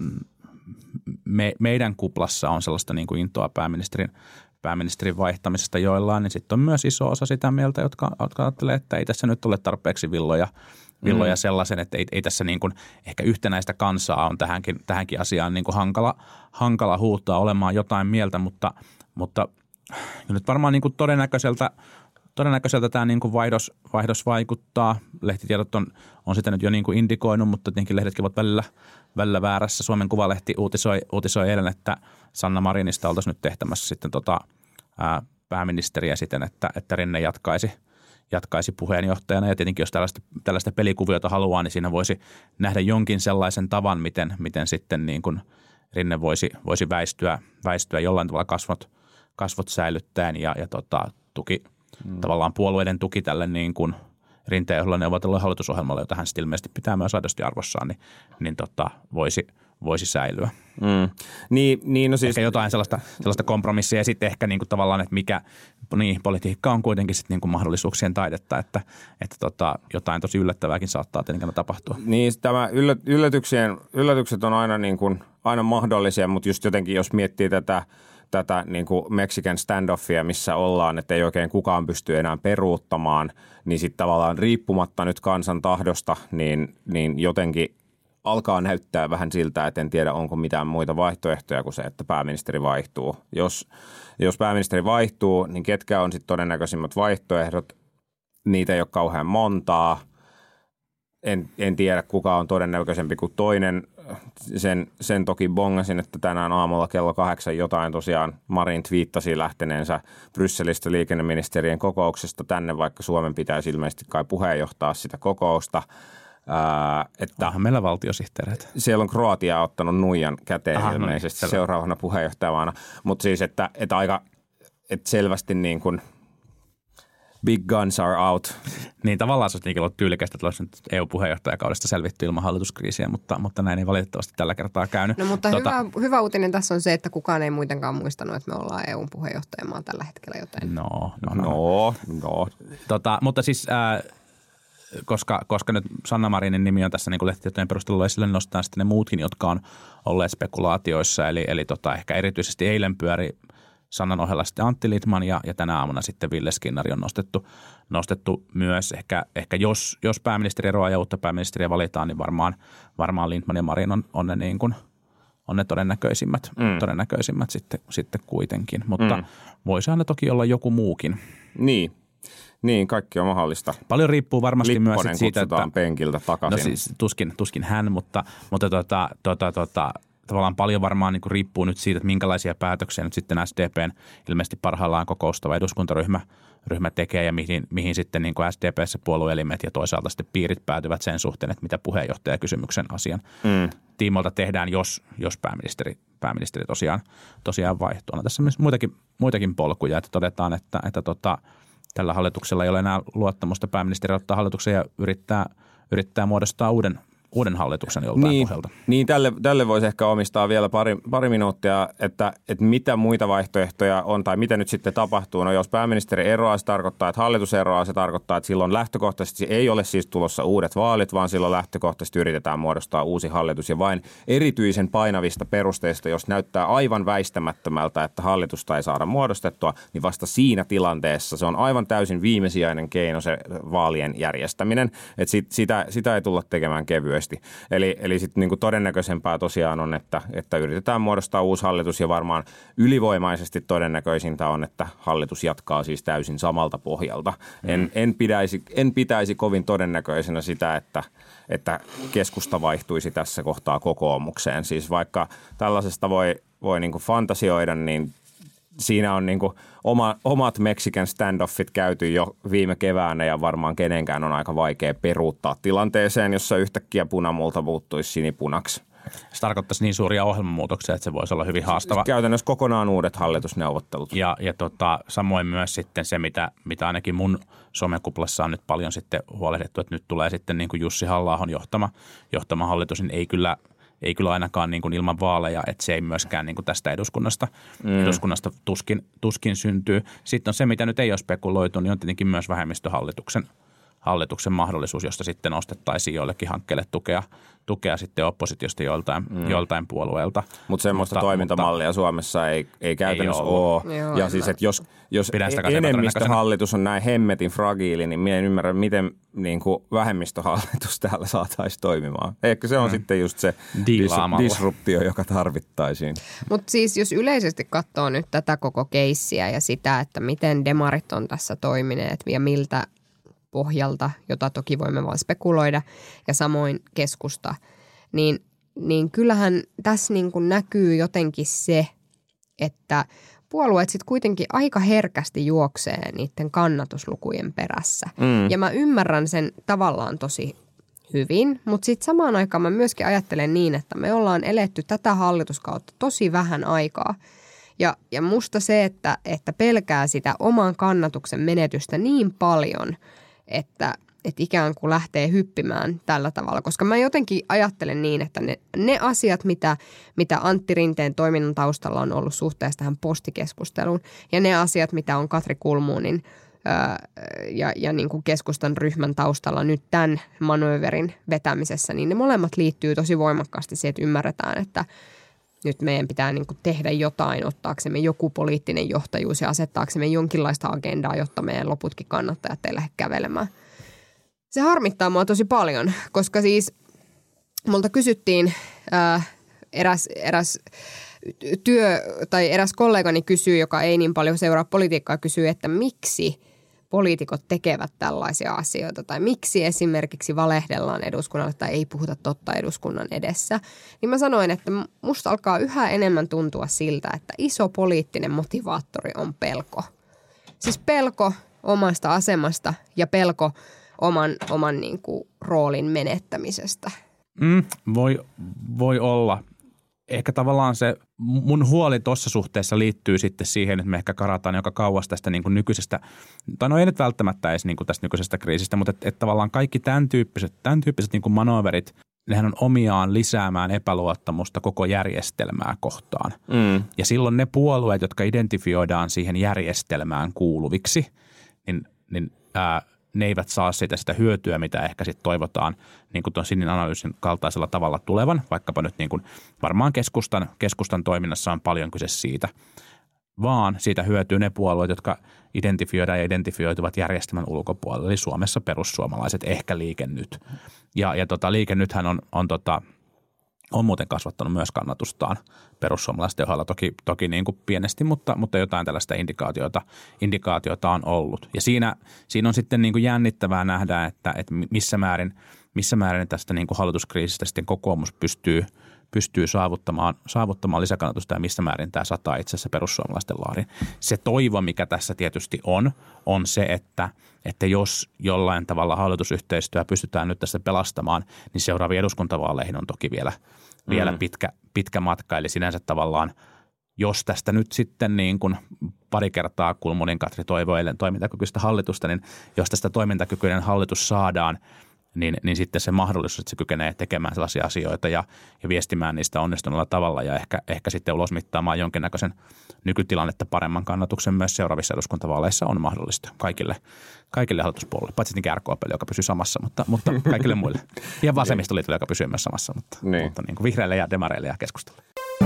me, meidän kuplassa on sellaista niin kuin intoa pääministerin, pääministerin vaihtamisesta joillain, niin sitten on myös iso osa sitä mieltä, jotka, jotka ajattelee, että ei tässä nyt ole tarpeeksi villoja, villoja mm. sellaisen, että ei, ei tässä niin kuin ehkä yhtenäistä kansaa on tähänkin, tähänkin asiaan niin kuin hankala, hankala huutaa olemaan jotain mieltä, mutta, mutta nyt varmaan niin kuin todennäköiseltä Todennäköiseltä tämä niin kuin vaihdos, vaihdos vaikuttaa. Lehtitiedot on, on sitä nyt jo niin kuin indikoinut, mutta tietenkin lehdetkin ovat välillä, välillä väärässä. Suomen Kuvalehti uutisoi, uutisoi eilen, että Sanna Marinista oltaisiin nyt tehtämässä sitten tota, ää, pääministeriä siten, että, että Rinne jatkaisi, jatkaisi puheenjohtajana. Ja tietenkin jos tällaista, tällaista pelikuviota haluaa, niin siinä voisi nähdä jonkin sellaisen tavan, miten, miten sitten niin kuin Rinne voisi, voisi väistyä, väistyä jollain tavalla kasvot, kasvot säilyttäen ja, ja tota, tuki – Mm. tavallaan puolueiden tuki tälle niin kuin Rinteen johdolla neuvotellulle hallitusohjelmalle, jota hän sitten ilmeisesti pitää myös aidosti arvossaan, niin, niin tota, voisi, voisi säilyä. Mm. Niin, niin no siis... Ehkä jotain sellaista, sellaista kompromissia ja sitten ehkä niin kuin tavallaan, että mikä, niin politiikka on kuitenkin sitten niin kuin mahdollisuuksien taidetta, että, että tota, jotain tosi yllättävääkin saattaa tietenkin tapahtua. Niin, tämä yllätyksien, yllätykset on aina, niin kuin, aina mahdollisia, mutta just jotenkin jos miettii tätä, tätä niin kuin Mexican standoffia, missä ollaan, että ei oikein kukaan pysty enää peruuttamaan, niin sitten tavallaan riippumatta nyt kansan tahdosta, niin, niin jotenkin alkaa näyttää vähän siltä, että en tiedä, onko mitään muita vaihtoehtoja kuin se, että pääministeri vaihtuu. Jos, jos pääministeri vaihtuu, niin ketkä on sitten todennäköisimmät vaihtoehdot? Niitä ei ole kauhean montaa. En, en tiedä, kuka on todennäköisempi kuin toinen. Sen, sen toki bongasin, että tänään aamulla kello kahdeksan jotain tosiaan Marin twiittasi lähteneensä Brysselistä liikenneministerien kokouksesta tänne, vaikka Suomen pitäisi ilmeisesti kai puheenjohtaa sitä kokousta. Ää, että Onhan meillä valtiosihteereitä. Siellä on Kroatia ottanut nuijan käteen Aha, ilmeisesti no niin, seuraavana puheenjohtajana, mutta siis, että, että aika että selvästi niin kuin big guns are out. Niin tavallaan se olisi ollut tyylikästä, että olisi E U-puheenjohtajakaudesta selvitty ilman hallituskriisiä, mutta, mutta näin ei valitettavasti tällä kertaa käynyt. No mutta tota, hyvä, hyvä uutinen tässä on se, että kukaan ei muutenkaan muistanut, että me ollaan E U-puheenjohtajamaa tällä hetkellä, joten. No, no, no. no, no. Tota, mutta siis äh, koska, koska nyt Sanna Marinin nimi on tässä niin kuin lehtitietojen perusteella esille, niin nostetaan sitten ne muutkin, jotka on olleet spekulaatioissa. Eli, eli tota, ehkä erityisesti eilen pyöri Sannan ohella sitten Antti Lindtman ja, ja tänä aamuna sitten Ville Skinnari on nostettu, nostettu myös. Ehkä, ehkä jos, jos pääministeri eroaa ja uutta pääministeriä valitaan, niin varmaan, varmaan Lindtman ja Marin on, on ne niin kuin on ne todennäköisimmät, mm. todennäköisimmät sitten, sitten kuitenkin. Mutta mm. voisi aina toki olla joku muukin. Niin. Niin, kaikki on mahdollista. Paljon riippuu varmasti Lipponen myös siitä, että penkiltä takaisin. No siis tuskin, tuskin hän, mutta, mutta tota, tota, tota, tavallaan paljon varmaan niin kuin riippuu nyt siitä, että minkälaisia päätöksiä nyt sitten S D P:n ilmeisesti parhaillaan kokoustava eduskuntaryhmä ryhmä tekee ja mihin, mihin sitten niin kuin S D P:ssä puolueelimet ja toisaalta sitten piirit päätyvät sen suhteen, että mitä puheenjohtajakysymyksen asian mm. tiimoilta tehdään, jos, jos pääministeri, pääministeri tosiaan, tosiaan vaihtuu. On tässä myös muitakin, muitakin polkuja, että todetaan, että, että tota, tällä hallituksella ei ole enää luottamusta. Pääministeri ottaa hallituksen ja yrittää, yrittää muodostaa uuden, uuden hallituksen joltain niin, pohjalta. Niin, tälle, tälle voisi ehkä omistaa vielä pari, pari minuuttia, että, että mitä muita vaihtoehtoja on tai mitä nyt sitten tapahtuu. No jos pääministeri eroaa, se tarkoittaa, että hallitus eroaa, se tarkoittaa, että silloin lähtökohtaisesti ei ole siis tulossa uudet vaalit, vaan silloin lähtökohtaisesti yritetään muodostaa uusi hallitus ja vain erityisen painavista perusteista, jos näyttää aivan väistämättömältä, että hallitusta ei saada muodostettua, niin vasta siinä tilanteessa se on aivan täysin viimesijainen keino se vaalien järjestäminen, että sit, sitä, sitä ei tulla tekemään kevyesti. Eli, eli sitten niinku todennäköisempää tosiaan on, että, että yritetään muodostaa uusi hallitus ja varmaan ylivoimaisesti todennäköisintä on, että hallitus jatkaa siis täysin samalta pohjalta. Mm. En, en, pidäisi, en pitäisi kovin todennäköisenä sitä, että, että keskusta vaihtuisi tässä kohtaa kokoomukseen. Siis vaikka tällaisesta voi, voi niinku fantasioida, niin siinä on niinku oma, omat Mexican standoffit käyty jo viime keväänä ja varmaan kenenkään on aika vaikea peruuttaa tilanteeseen, jossa yhtäkkiä punamulta muuttuisi sinipunaksi. Se tarkoittaisi niin suuria ohjelmamuutoksia, että se voisi olla hyvin haastava. Käytännössä kokonaan uudet hallitusneuvottelut. Ja, ja tota, samoin myös sitten se, mitä, mitä ainakin mun somekuplassa on nyt paljon sitten huolehdittu, että nyt tulee sitten niin kuin Jussi Halla-ahon johtama, johtama hallitus, niin ei kyllä Ei kyllä ainakaan niin kuin ilman vaaleja, että se ei myöskään niin kuin tästä eduskunnasta, mm. eduskunnasta tuskin, tuskin syntyy. Sitten on se, mitä nyt ei ole spekuloitu, niin on tietenkin myös vähemmistöhallituksen hallituksen mahdollisuus, josta sitten nostettaisiin joillekin hankkeelle tukea, tukea sitten oppositiosta joiltain, mm. joiltain puolueelta. Mut semmoista mutta, toimintamallia mutta Suomessa ei, ei käytännössä ei ole. Joo, ja siis, että jos, jos enemmistöhallitus on näin hemmetin fragiili, niin minä en ymmärrä, miten niin kuin vähemmistöhallitus täällä saataisiin toimimaan. Eikö se on mm. sitten just se dis- disruptio, joka tarvittaisiin. Mutta siis jos yleisesti katsoo nyt tätä koko keissiä ja sitä, että miten demarit on tässä toimineet ja miltä pohjalta, jota toki voimme vaan spekuloida, ja samoin keskusta, niin, niin kyllähän tässä niin kuin näkyy jotenkin se, että puolueet sitten kuitenkin aika herkästi juoksee niiden kannatuslukujen perässä. Mm. Ja mä ymmärrän sen tavallaan tosi hyvin, mutta sitten samaan aikaan mä myöskin ajattelen niin, että me ollaan eletty tätä hallituskautta tosi vähän aikaa. Ja, ja musta se, että, että pelkää sitä oman kannatuksen menetystä niin paljon, että, että ikään kuin lähtee hyppimään tällä tavalla. Koska mä jotenkin ajattelen niin, että ne, ne asiat, mitä, mitä Antti Rinteen toiminnan taustalla on ollut suhteessa tähän postikeskusteluun, ja ne asiat, mitä on Katri Kulmunin ää, ja, ja niin kuin keskustan ryhmän taustalla nyt tämän manööverin vetämisessä, niin ne molemmat liittyy tosi voimakkaasti siihen, että ymmärretään, että nyt meidän pitää niin kuin tehdä jotain, ottaaksemme joku poliittinen johtajuus ja asettaaksemme jonkinlaista agendaa, jotta meidän loputkin kannattajat ei lähde kävelemään. Se harmittaa mua tosi paljon, koska siis multa kysyttiin ää, eräs, eräs työ tai eräs kollegani kysyy, joka ei niin paljon seuraa politiikkaa, kysyy, että miksi poliitikot tekevät tällaisia asioita tai miksi esimerkiksi valehdellaan eduskunnalle tai ei puhuta totta eduskunnan edessä, niin mä sanoin, että musta alkaa yhä enemmän tuntua siltä, että iso poliittinen motivaattori on pelko. Siis pelko omasta asemasta ja pelko oman, oman niin kuin roolin menettämisestä. Mm, voi, voi olla. Ehkä tavallaan se mun huoli tuossa suhteessa liittyy sitten siihen, että me ehkä karataan joka kauas tästä niin kuin nykyisestä, tai no ei nyt välttämättä edes niin kuin tästä nykyisestä kriisistä, mutta että, että tavallaan kaikki tämän tyyppiset, tämän tyyppiset niin kuin manöverit, nehän on omiaan lisäämään epäluottamusta koko järjestelmää kohtaan. Mm. Ja silloin ne puolueet, jotka identifioidaan siihen järjestelmään kuuluviksi, niin, niin ää, ne eivät saa siitä sitä hyötyä, mitä ehkä sitten toivotaan niin kuin tuon Sinin analyysin kaltaisella tavalla tulevan, vaikkapa nyt niin kuin varmaan keskustan, keskustan toiminnassa on paljon kyse siitä, vaan siitä hyötyy ne puolueet, jotka identifioidaan ja identifioituvat järjestelmän ulkopuolella, eli Suomessa perussuomalaiset, ehkä Liike Nyt. Ja, ja tota, Liike Nythän on, on, tota, on muuten kasvattanut myös kannatustaan perussuomalaisten ohella toki, toki niin kuin pienesti, mutta, mutta jotain tällaista indikaatiota, indikaatiota on ollut. Ja siinä, siinä on sitten niin kuin jännittävää nähdä, että, että missä määrin, missä määrin tästä niin kuin hallituskriisistä sitten kokoomus pystyy, pystyy saavuttamaan, saavuttamaan lisäkannatusta ja missä määrin tämä sataa itse asiassa perussuomalaisten laariin. Se toivo, mikä tässä tietysti on, on se, että, että jos jollain tavalla hallitusyhteistyö pystytään nyt tässä pelastamaan, niin seuraaviin eduskuntavaaleihin on toki vielä, mm. vielä pitkä, pitkä matka. Eli sinänsä tavallaan, jos tästä nyt sitten niin kuin pari kertaa Kulmunin Katri toivoi eilen toimintakykyistä hallitusta, niin jos tästä toimintakykyinen hallitus saadaan, Niin, niin sitten se mahdollisuus, että se kykenee tekemään sellaisia asioita ja, ja viestimään niistä onnistuneella tavalla ja ehkä, ehkä sitten ulosmittaamaan jonkinnäköisen nykytilannetta paremman kannatuksen myös seuraavissa eduskuntavaaleissa on mahdollista kaikille, kaikille hallituspuolille. Paitsi R K P, joka pysyy samassa, mutta, mutta kaikille muille. Ja vasemmistoliitolle, joka pysyy myös samassa, mutta, niin. mutta niin kuin vihreille ja demareille ja keskustalle.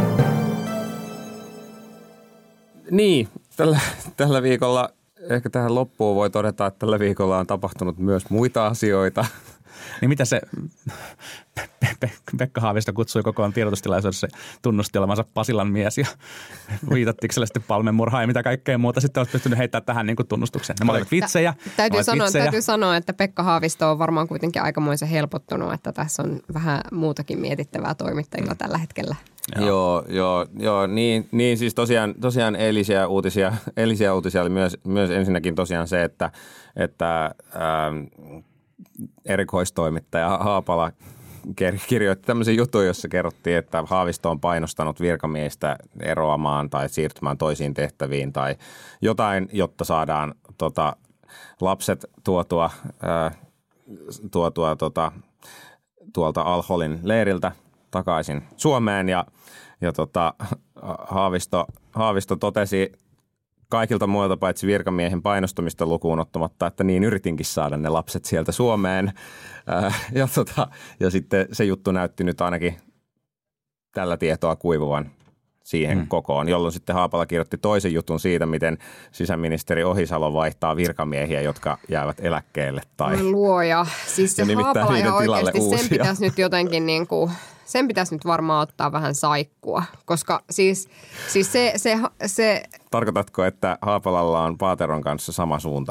Niin, tällä, tällä viikolla ehkä tähän loppuun voi todeta, että tällä viikolla on tapahtunut myös muita asioita. Niin mitä se Pe- Pe- Pekka Haavisto kutsui kokoon tiedotustilaisuudessa tunnusti olevansa Pasilan mies ja viitattiinko sille sitten palmenmurhaa ja mitä kaikkea muuta sitten olisi pystynyt heittämään tähän niin kuin tunnustukseen. Nämä olivat vitsejä. Tä- täytyy, sanoa, vitsejä. täytyy sanoa, että Pekka Haavisto on varmaan kuitenkin aikamoisen helpottunut, että tässä on vähän muutakin mietittävää toimittajilla mm. tällä hetkellä. Joo, joo, joo, joo niin, niin siis tosiaan, tosiaan eilisiä uutisia, eilisiä uutisia oli myös, myös ensinnäkin tosiaan se, että, että ähm, erikoistoimittaja Haapala kirjoitti tämmöisen jutun, jossa kerrottiin, että Haavisto on painostanut virkamiestä eroamaan tai siirtymään toisiin tehtäviin tai jotain, jotta saadaan tota, lapset tuotua, ää, tuotua tota, tuolta Al-Holin leiriltä takaisin Suomeen ja, ja tota, Haavisto, Haavisto totesi kaikilta muilta paitsi virkamiehen painostumista lukuun ottamatta, että niin yritinkin saada ne lapset sieltä Suomeen. Ää, ja, tota, ja sitten se juttu näytti nyt ainakin tällä tietoa kuivuvan siihen hmm. kokoon, jolloin sitten Haapala kirjoitti toisen jutun siitä, miten sisäministeri Ohisalo vaihtaa virkamiehiä, jotka jäävät eläkkeelle. Tai luoja. Siis se Haapala ihan oikeasti, uusia. Sen pitäisi nyt jotenkin niin kuin, sen pitäisi nyt varmaan ottaa vähän saikkua, koska siis, siis se, se, se... Tarkoitatko, että Haapalalla on Paateron kanssa sama suunta?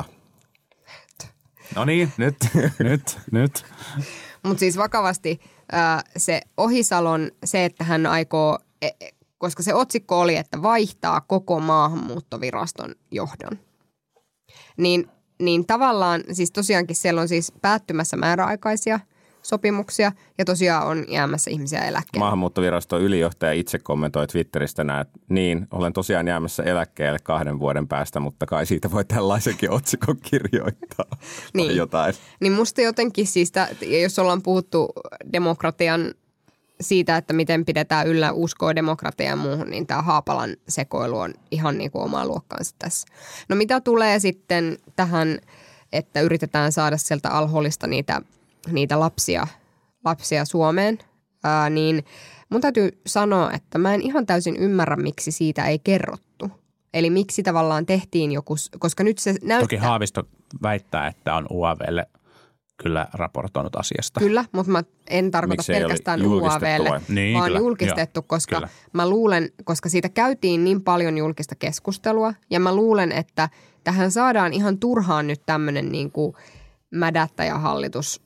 No niin, nyt, nyt, nyt. Mutta siis vakavasti äh, se Ohisalon, se, että hän aikoo... Koska se otsikko oli, että vaihtaa koko maahanmuuttoviraston johdon. Niin, niin tavallaan, siis tosiaankin siellä on siis päättymässä määräaikaisia sopimuksia ja tosiaan on jäämässä ihmisiä eläkkeelle. Maahanmuuttoviraston ylijohtaja itse kommentoi Twitteristä näin, että niin, olen tosiaan jäämässä eläkkeelle kahden vuoden päästä, mutta kai siitä voi tällaisenkin otsikon kirjoittaa niin. jotain. Niin musta jotenkin siis, jos ollaan puhuttu demokratian siitä, että miten pidetään yllä uskoa demokratiaa ja muuhun, niin tämä Haapalan sekoilu on ihan niin kuin omaa luokkaansa tässä. No mitä tulee sitten tähän, että yritetään saada sieltä Al-Holista niitä, niitä lapsia, lapsia Suomeen, ää, niin mun täytyy sanoa, että mä en ihan täysin ymmärrä, miksi siitä ei kerrottu. Eli miksi tavallaan tehtiin joku, koska nyt se näyttää... Toki Haavisto väittää, että on U A V:lle kyllä raportoinut asiasta. Kyllä, mutta mä en tarkoita Miksei pelkästään U A V:lle, niin, vaan kyllä, julkistettu, jo, koska kyllä. mä luulen, koska siitä käytiin niin paljon julkista keskustelua ja mä luulen, että tähän saadaan ihan turhaan nyt tämmöinen niin kuin mädättäjähallitus,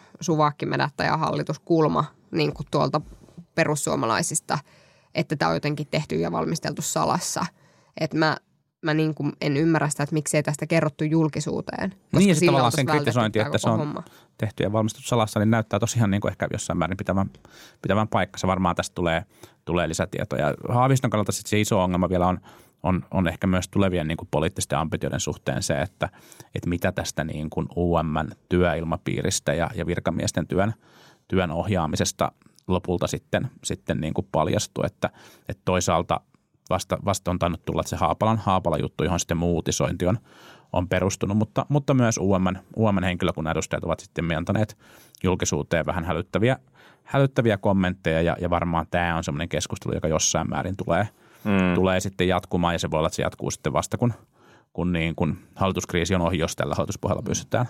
suvakkimädättäjähallituskulma niin kuin tuolta perussuomalaisista, että tämä on jotenkin tehty ja valmisteltu salassa. Että mä Mä niin kuin en ymmärrä sitä, että miksei tästä kerrottu julkisuuteen. Koska niin, ja tavallaan sen kritisointi, että se on homma. tehty ja valmistettu salassa, niin näyttää tosiaan niin kuin ehkä jossain määrin pitävän, pitävän paikkansa. Varmaan tästä tulee, tulee lisätietoja. Haaviston kannalta sitten se iso ongelma vielä on, on, on ehkä myös tulevien niin kuin poliittisten ambitioiden suhteen se, että, että mitä tästä niin kuin U M:n työilmapiiristä ja, ja virkamiesten työn, työn ohjaamisesta lopulta sitten, sitten niin kuin paljastuu, että, että toisaalta Vasta, vasta on tainnut tulla se Haapalan Haapala-juttu, johon sitten muu uutisointi on, on perustunut, mutta, mutta myös U M:n, U M:n henkilökunnan edustajat ovat sitten miantaneet julkisuuteen vähän hälyttäviä, hälyttäviä kommentteja ja, ja varmaan tämä on semmoinen keskustelu, joka jossain määrin tulee, mm. tulee sitten jatkumaan ja se voi olla, että se jatkuu sitten vasta, kun, kun, niin, kun hallituskriisi on ohi, jos tällä hallituspohjalla pystytään,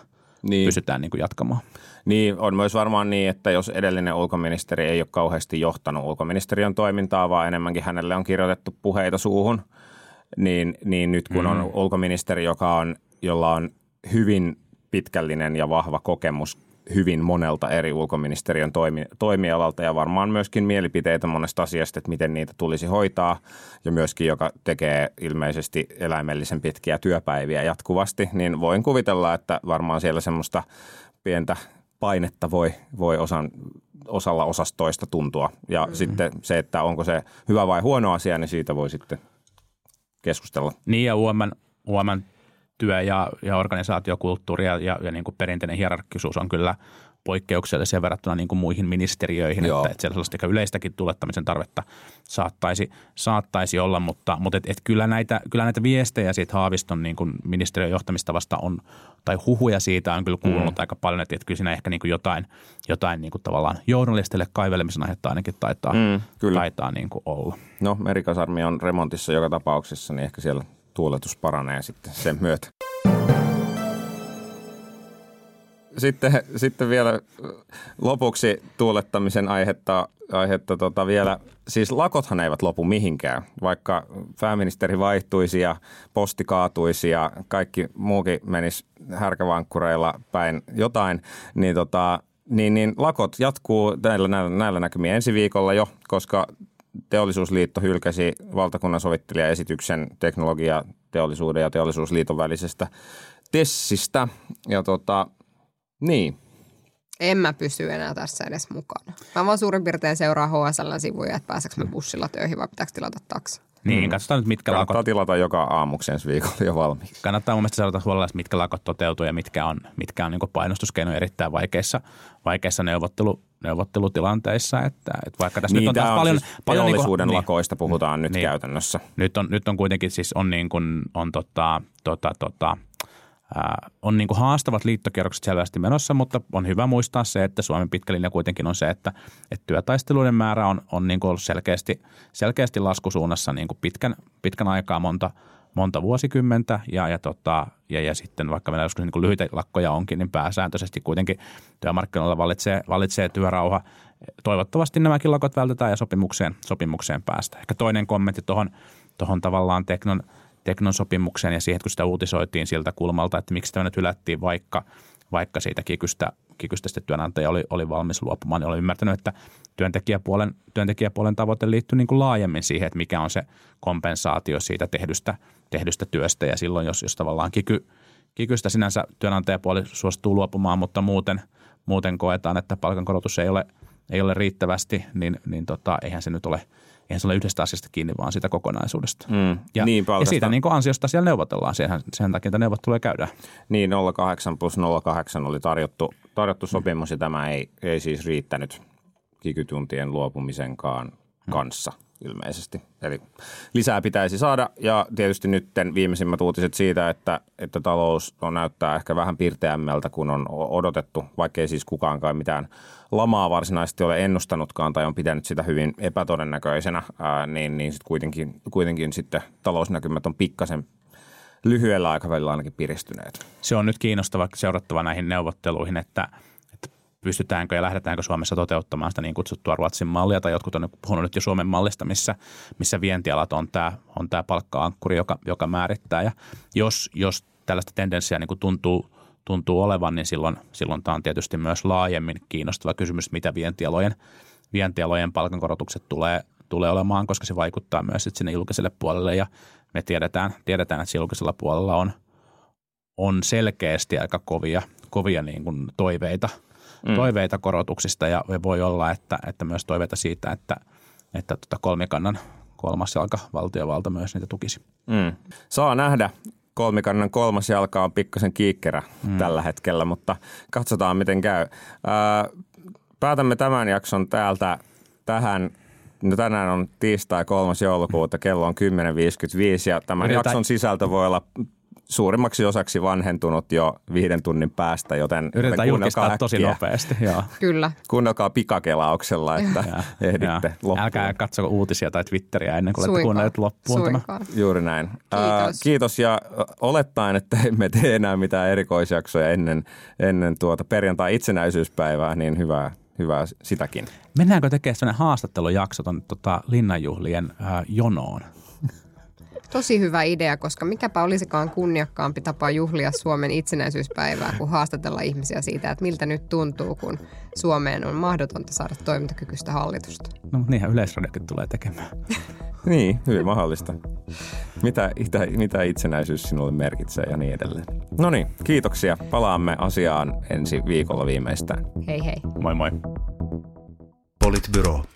niin. pysytään niin kuin jatkamaan. Niin, on myös varmaan niin, että jos edellinen ulkoministeri ei ole kauheasti johtanut ulkoministeriön toimintaa, vaan enemmänkin hänelle on kirjoitettu puheita suuhun, niin, niin nyt kun on mm. ulkoministeri, joka on, jolla on hyvin pitkällinen ja vahva kokemus hyvin monelta eri ulkoministeriön toimi, toimialalta ja varmaan myöskin mielipiteitä monesta asiasta, että miten niitä tulisi hoitaa ja myöskin joka tekee ilmeisesti eläimellisen pitkiä työpäiviä jatkuvasti, niin voin kuvitella, että varmaan siellä semmoista pientä painetta voi, voi osan, osalla osastoista tuntua ja mm-hmm. sitten se, että onko se hyvä vai huono asia, niin siitä voi sitten keskustella. Niin ja U M, U M työ ja, ja organisaatiokulttuuri ja, ja, ja niin kuin perinteinen hierarkkisuus on kyllä poikkeuksellisia verrattuna niin kuin muihin ministeriöihin, Joo. että, että siellä sellaista yleistäkin tulettamisen tarvetta saattaisi, saattaisi olla, mutta, mutta et, et kyllä, näitä, kyllä näitä viestejä siitä Haaviston niin kuin ministeriön johtamistavasta on, tai huhuja siitä on kyllä kuulunut mm. aika paljon, että, että kyllä siinä ehkä niin kuin jotain, jotain niin kuin tavallaan journalistille kaivelemisen aihetta ainakin taitaa, mm, taitaa niin kuin olla. No merikasarmi on remontissa joka tapauksessa, niin ehkä siellä tuuletus paranee sitten sen myötä. Sitten, sitten vielä lopuksi tuulettamisen aihetta, aihetta tota vielä, siis lakothan eivät lopu mihinkään, vaikka pääministeri vaihtuisi ja posti kaatuisi ja kaikki muukin menisi härkävankkureilla päin jotain, niin, tota, niin, niin lakot jatkuu näillä, näillä, näillä näkymin ensi viikolla jo, koska Teollisuusliitto hylkäsi valtakunnan sovittelijaesityksen teknologia, teollisuuden ja teollisuusliiton välisestä tessistä. Ja tota, niin. En mä pysy enää tässä edes mukana. Mä vaan suurin piirtein seuraa H S L-sivuja, että pääseekö me bussilla töihin vai pitääkö tilata taksi. Niin, katsotaan nyt mitkä Kannattaa lakot. tilata joka aamuksi ensi viikolla jo valmiiksi. Kannattaa mun mielestä seurata huolella, mitkä lakot toteutuu ja mitkä on, mitkä on niin kuin painostuskeino erittäin vaikeissa, vaikeissa neuvottelu, neuvottelutilanteissa. Että, että vaikka tässä niin, nyt on taas paljon, siis paljon teollisuuden niin, lakoista puhutaan niin, nyt niin, käytännössä. Nyt on, nyt on kuitenkin siis on niin kuin, on tota, tota, tota, ää, on niin kuin haastavat liittokierrokset selvästi menossa, mutta on hyvä muistaa se, että Suomen pitkä linja kuitenkin on se, että, että työtaisteluiden määrä on, on niin kuin ollut selkeästi, selkeästi laskusuunnassa niin kuin pitkän, pitkän aikaa monta, monta vuosikymmentä ja, ja, tota, ja, ja sitten vaikka meillä joskus niin kuin lyhyitä lakkoja onkin, niin pääsääntöisesti kuitenkin työmarkkinoilla vallitsee, vallitsee työrauha. Toivottavasti nämäkin lakot vältetään ja sopimukseen, sopimukseen päästä. Ehkä toinen kommentti tuohon, tuohon tavallaan teknon, teknon sopimukseen ja siihen, kun sitä uutisoitiin siltä kulmalta, että miksi tämä nyt hylättiin, vaikka, vaikka siitä kikystä, kikystä sitten työnantaja oli, oli valmis luopumaan, niin olen ymmärtänyt, että työntekijäpuolen, työntekijäpuolen tavoite liittyy niin kuin laajemmin siihen, että mikä on se kompensaatio siitä tehdystä, tehdystä työstä ja silloin, jos, jos tavallaan kiky, kikystä sinänsä työnantajapuoli suostuu luopumaan, mutta muuten, muuten koetaan, että palkankorotus ei ole, ei ole riittävästi, niin, niin tota, eihän se nyt ole Eihän se ole yhdestä asiasta kiinni, vaan siitä kokonaisuudesta. Mm, ja, niin, ja siitä niin ansiosta siellä neuvotellaan. Sen, sen takia niitä neuvotteluja käydään. Niin, nolla kahdeksan plus nolla kahdeksan oli tarjottu, tarjottu sopimus ja tämä ei, ei siis riittänyt kikytuntien luopumisenkaan kanssa ilmeisesti. Eli lisää pitäisi saada ja tietysti nyt viimeisimmät uutiset siitä, että, että talous on näyttää ehkä vähän pirteämmältä kuin on odotettu, vaikkei siis kukaankaan mitään lamaa varsinaisesti ole ennustanutkaan tai on pitänyt sitä hyvin epätodennäköisenä, ää, niin, niin sit kuitenkin, kuitenkin sitten talousnäkymät on pikkasen lyhyellä aikavälillä ainakin piristyneet. Se on nyt kiinnostava seurattava näihin neuvotteluihin, että, että pystytäänkö ja lähdetäänkö Suomessa toteuttamaan sitä niin kutsuttua Ruotsin mallia, tai jotkut on puhunut nyt jo Suomen mallista, missä, missä vientialat on tämä, on tämä palkka-ankkuri, joka, joka määrittää. Ja jos, jos tällaista tendenssiä niin kuin tuntuu, tuntuu olevan, niin silloin, silloin tämä on tietysti myös laajemmin kiinnostava kysymys, mitä vientialojen, vientialojen palkankorotukset tulee, tulee olemaan, koska se vaikuttaa myös sinne julkiselle puolelle. Ja me tiedetään, tiedetään että julkisella puolella on, on selkeästi aika kovia, kovia niin kuin toiveita, mm. toiveita korotuksista ja voi olla, että, että myös toiveita siitä, että, että tuota kolmikannan kolmas jalka valtiovalta myös niitä tukisi. Mm. Saa nähdä. Kolmikannan kolmas jalka on pikkasen kiikkerä mm. tällä hetkellä, mutta katsotaan miten käy. Ää, päätämme tämän jakson täältä tähän. No tänään on tiistai kolmas joulukuuta, kello on kymmenen viisikymmentäviisi ja tämän Yritetään. jakson sisältö voi olla suurimmaksi osaksi vanhentunut jo viiden tunnin päästä, joten yritetään julkistaa äkkiä. tosi nopeasti. Joo. Kyllä. Kuunnelkaa pikakelauksella, että ja, ehditte ja. loppuun. Älkää katsoko uutisia tai Twitteriä ennen kuin olette kuunnelleet loppuun. Suinkaan. Juuri näin. Kiitos. Ää, kiitos ja olettaen, että emme tee enää mitään erikoisjaksoja ennen, ennen tuota perjantai itsenäisyyspäivää, niin hyvää, hyvää sitäkin. Mennäänkö tekemään sellainen haastattelujakso tuonne tota, linnanjuhlien ää, jonoon? Tosi hyvä idea, koska mikäpä olisikaan kunniakkaampi tapa juhlia Suomen itsenäisyyspäivää, kuin haastatella ihmisiä siitä, että miltä nyt tuntuu, kun Suomeen on mahdotonta saada toimintakykyistä hallitusta. No mutta niinhän Yleisradiokin tulee tekemään. Niin, hyvin mahdollista. Mitä, itä, mitä itsenäisyys sinulle merkitsee ja niin edelleen. No niin, kiitoksia. Palaamme asiaan ensi viikolla viimeistään. Hei hei. Moi moi. Politbyro.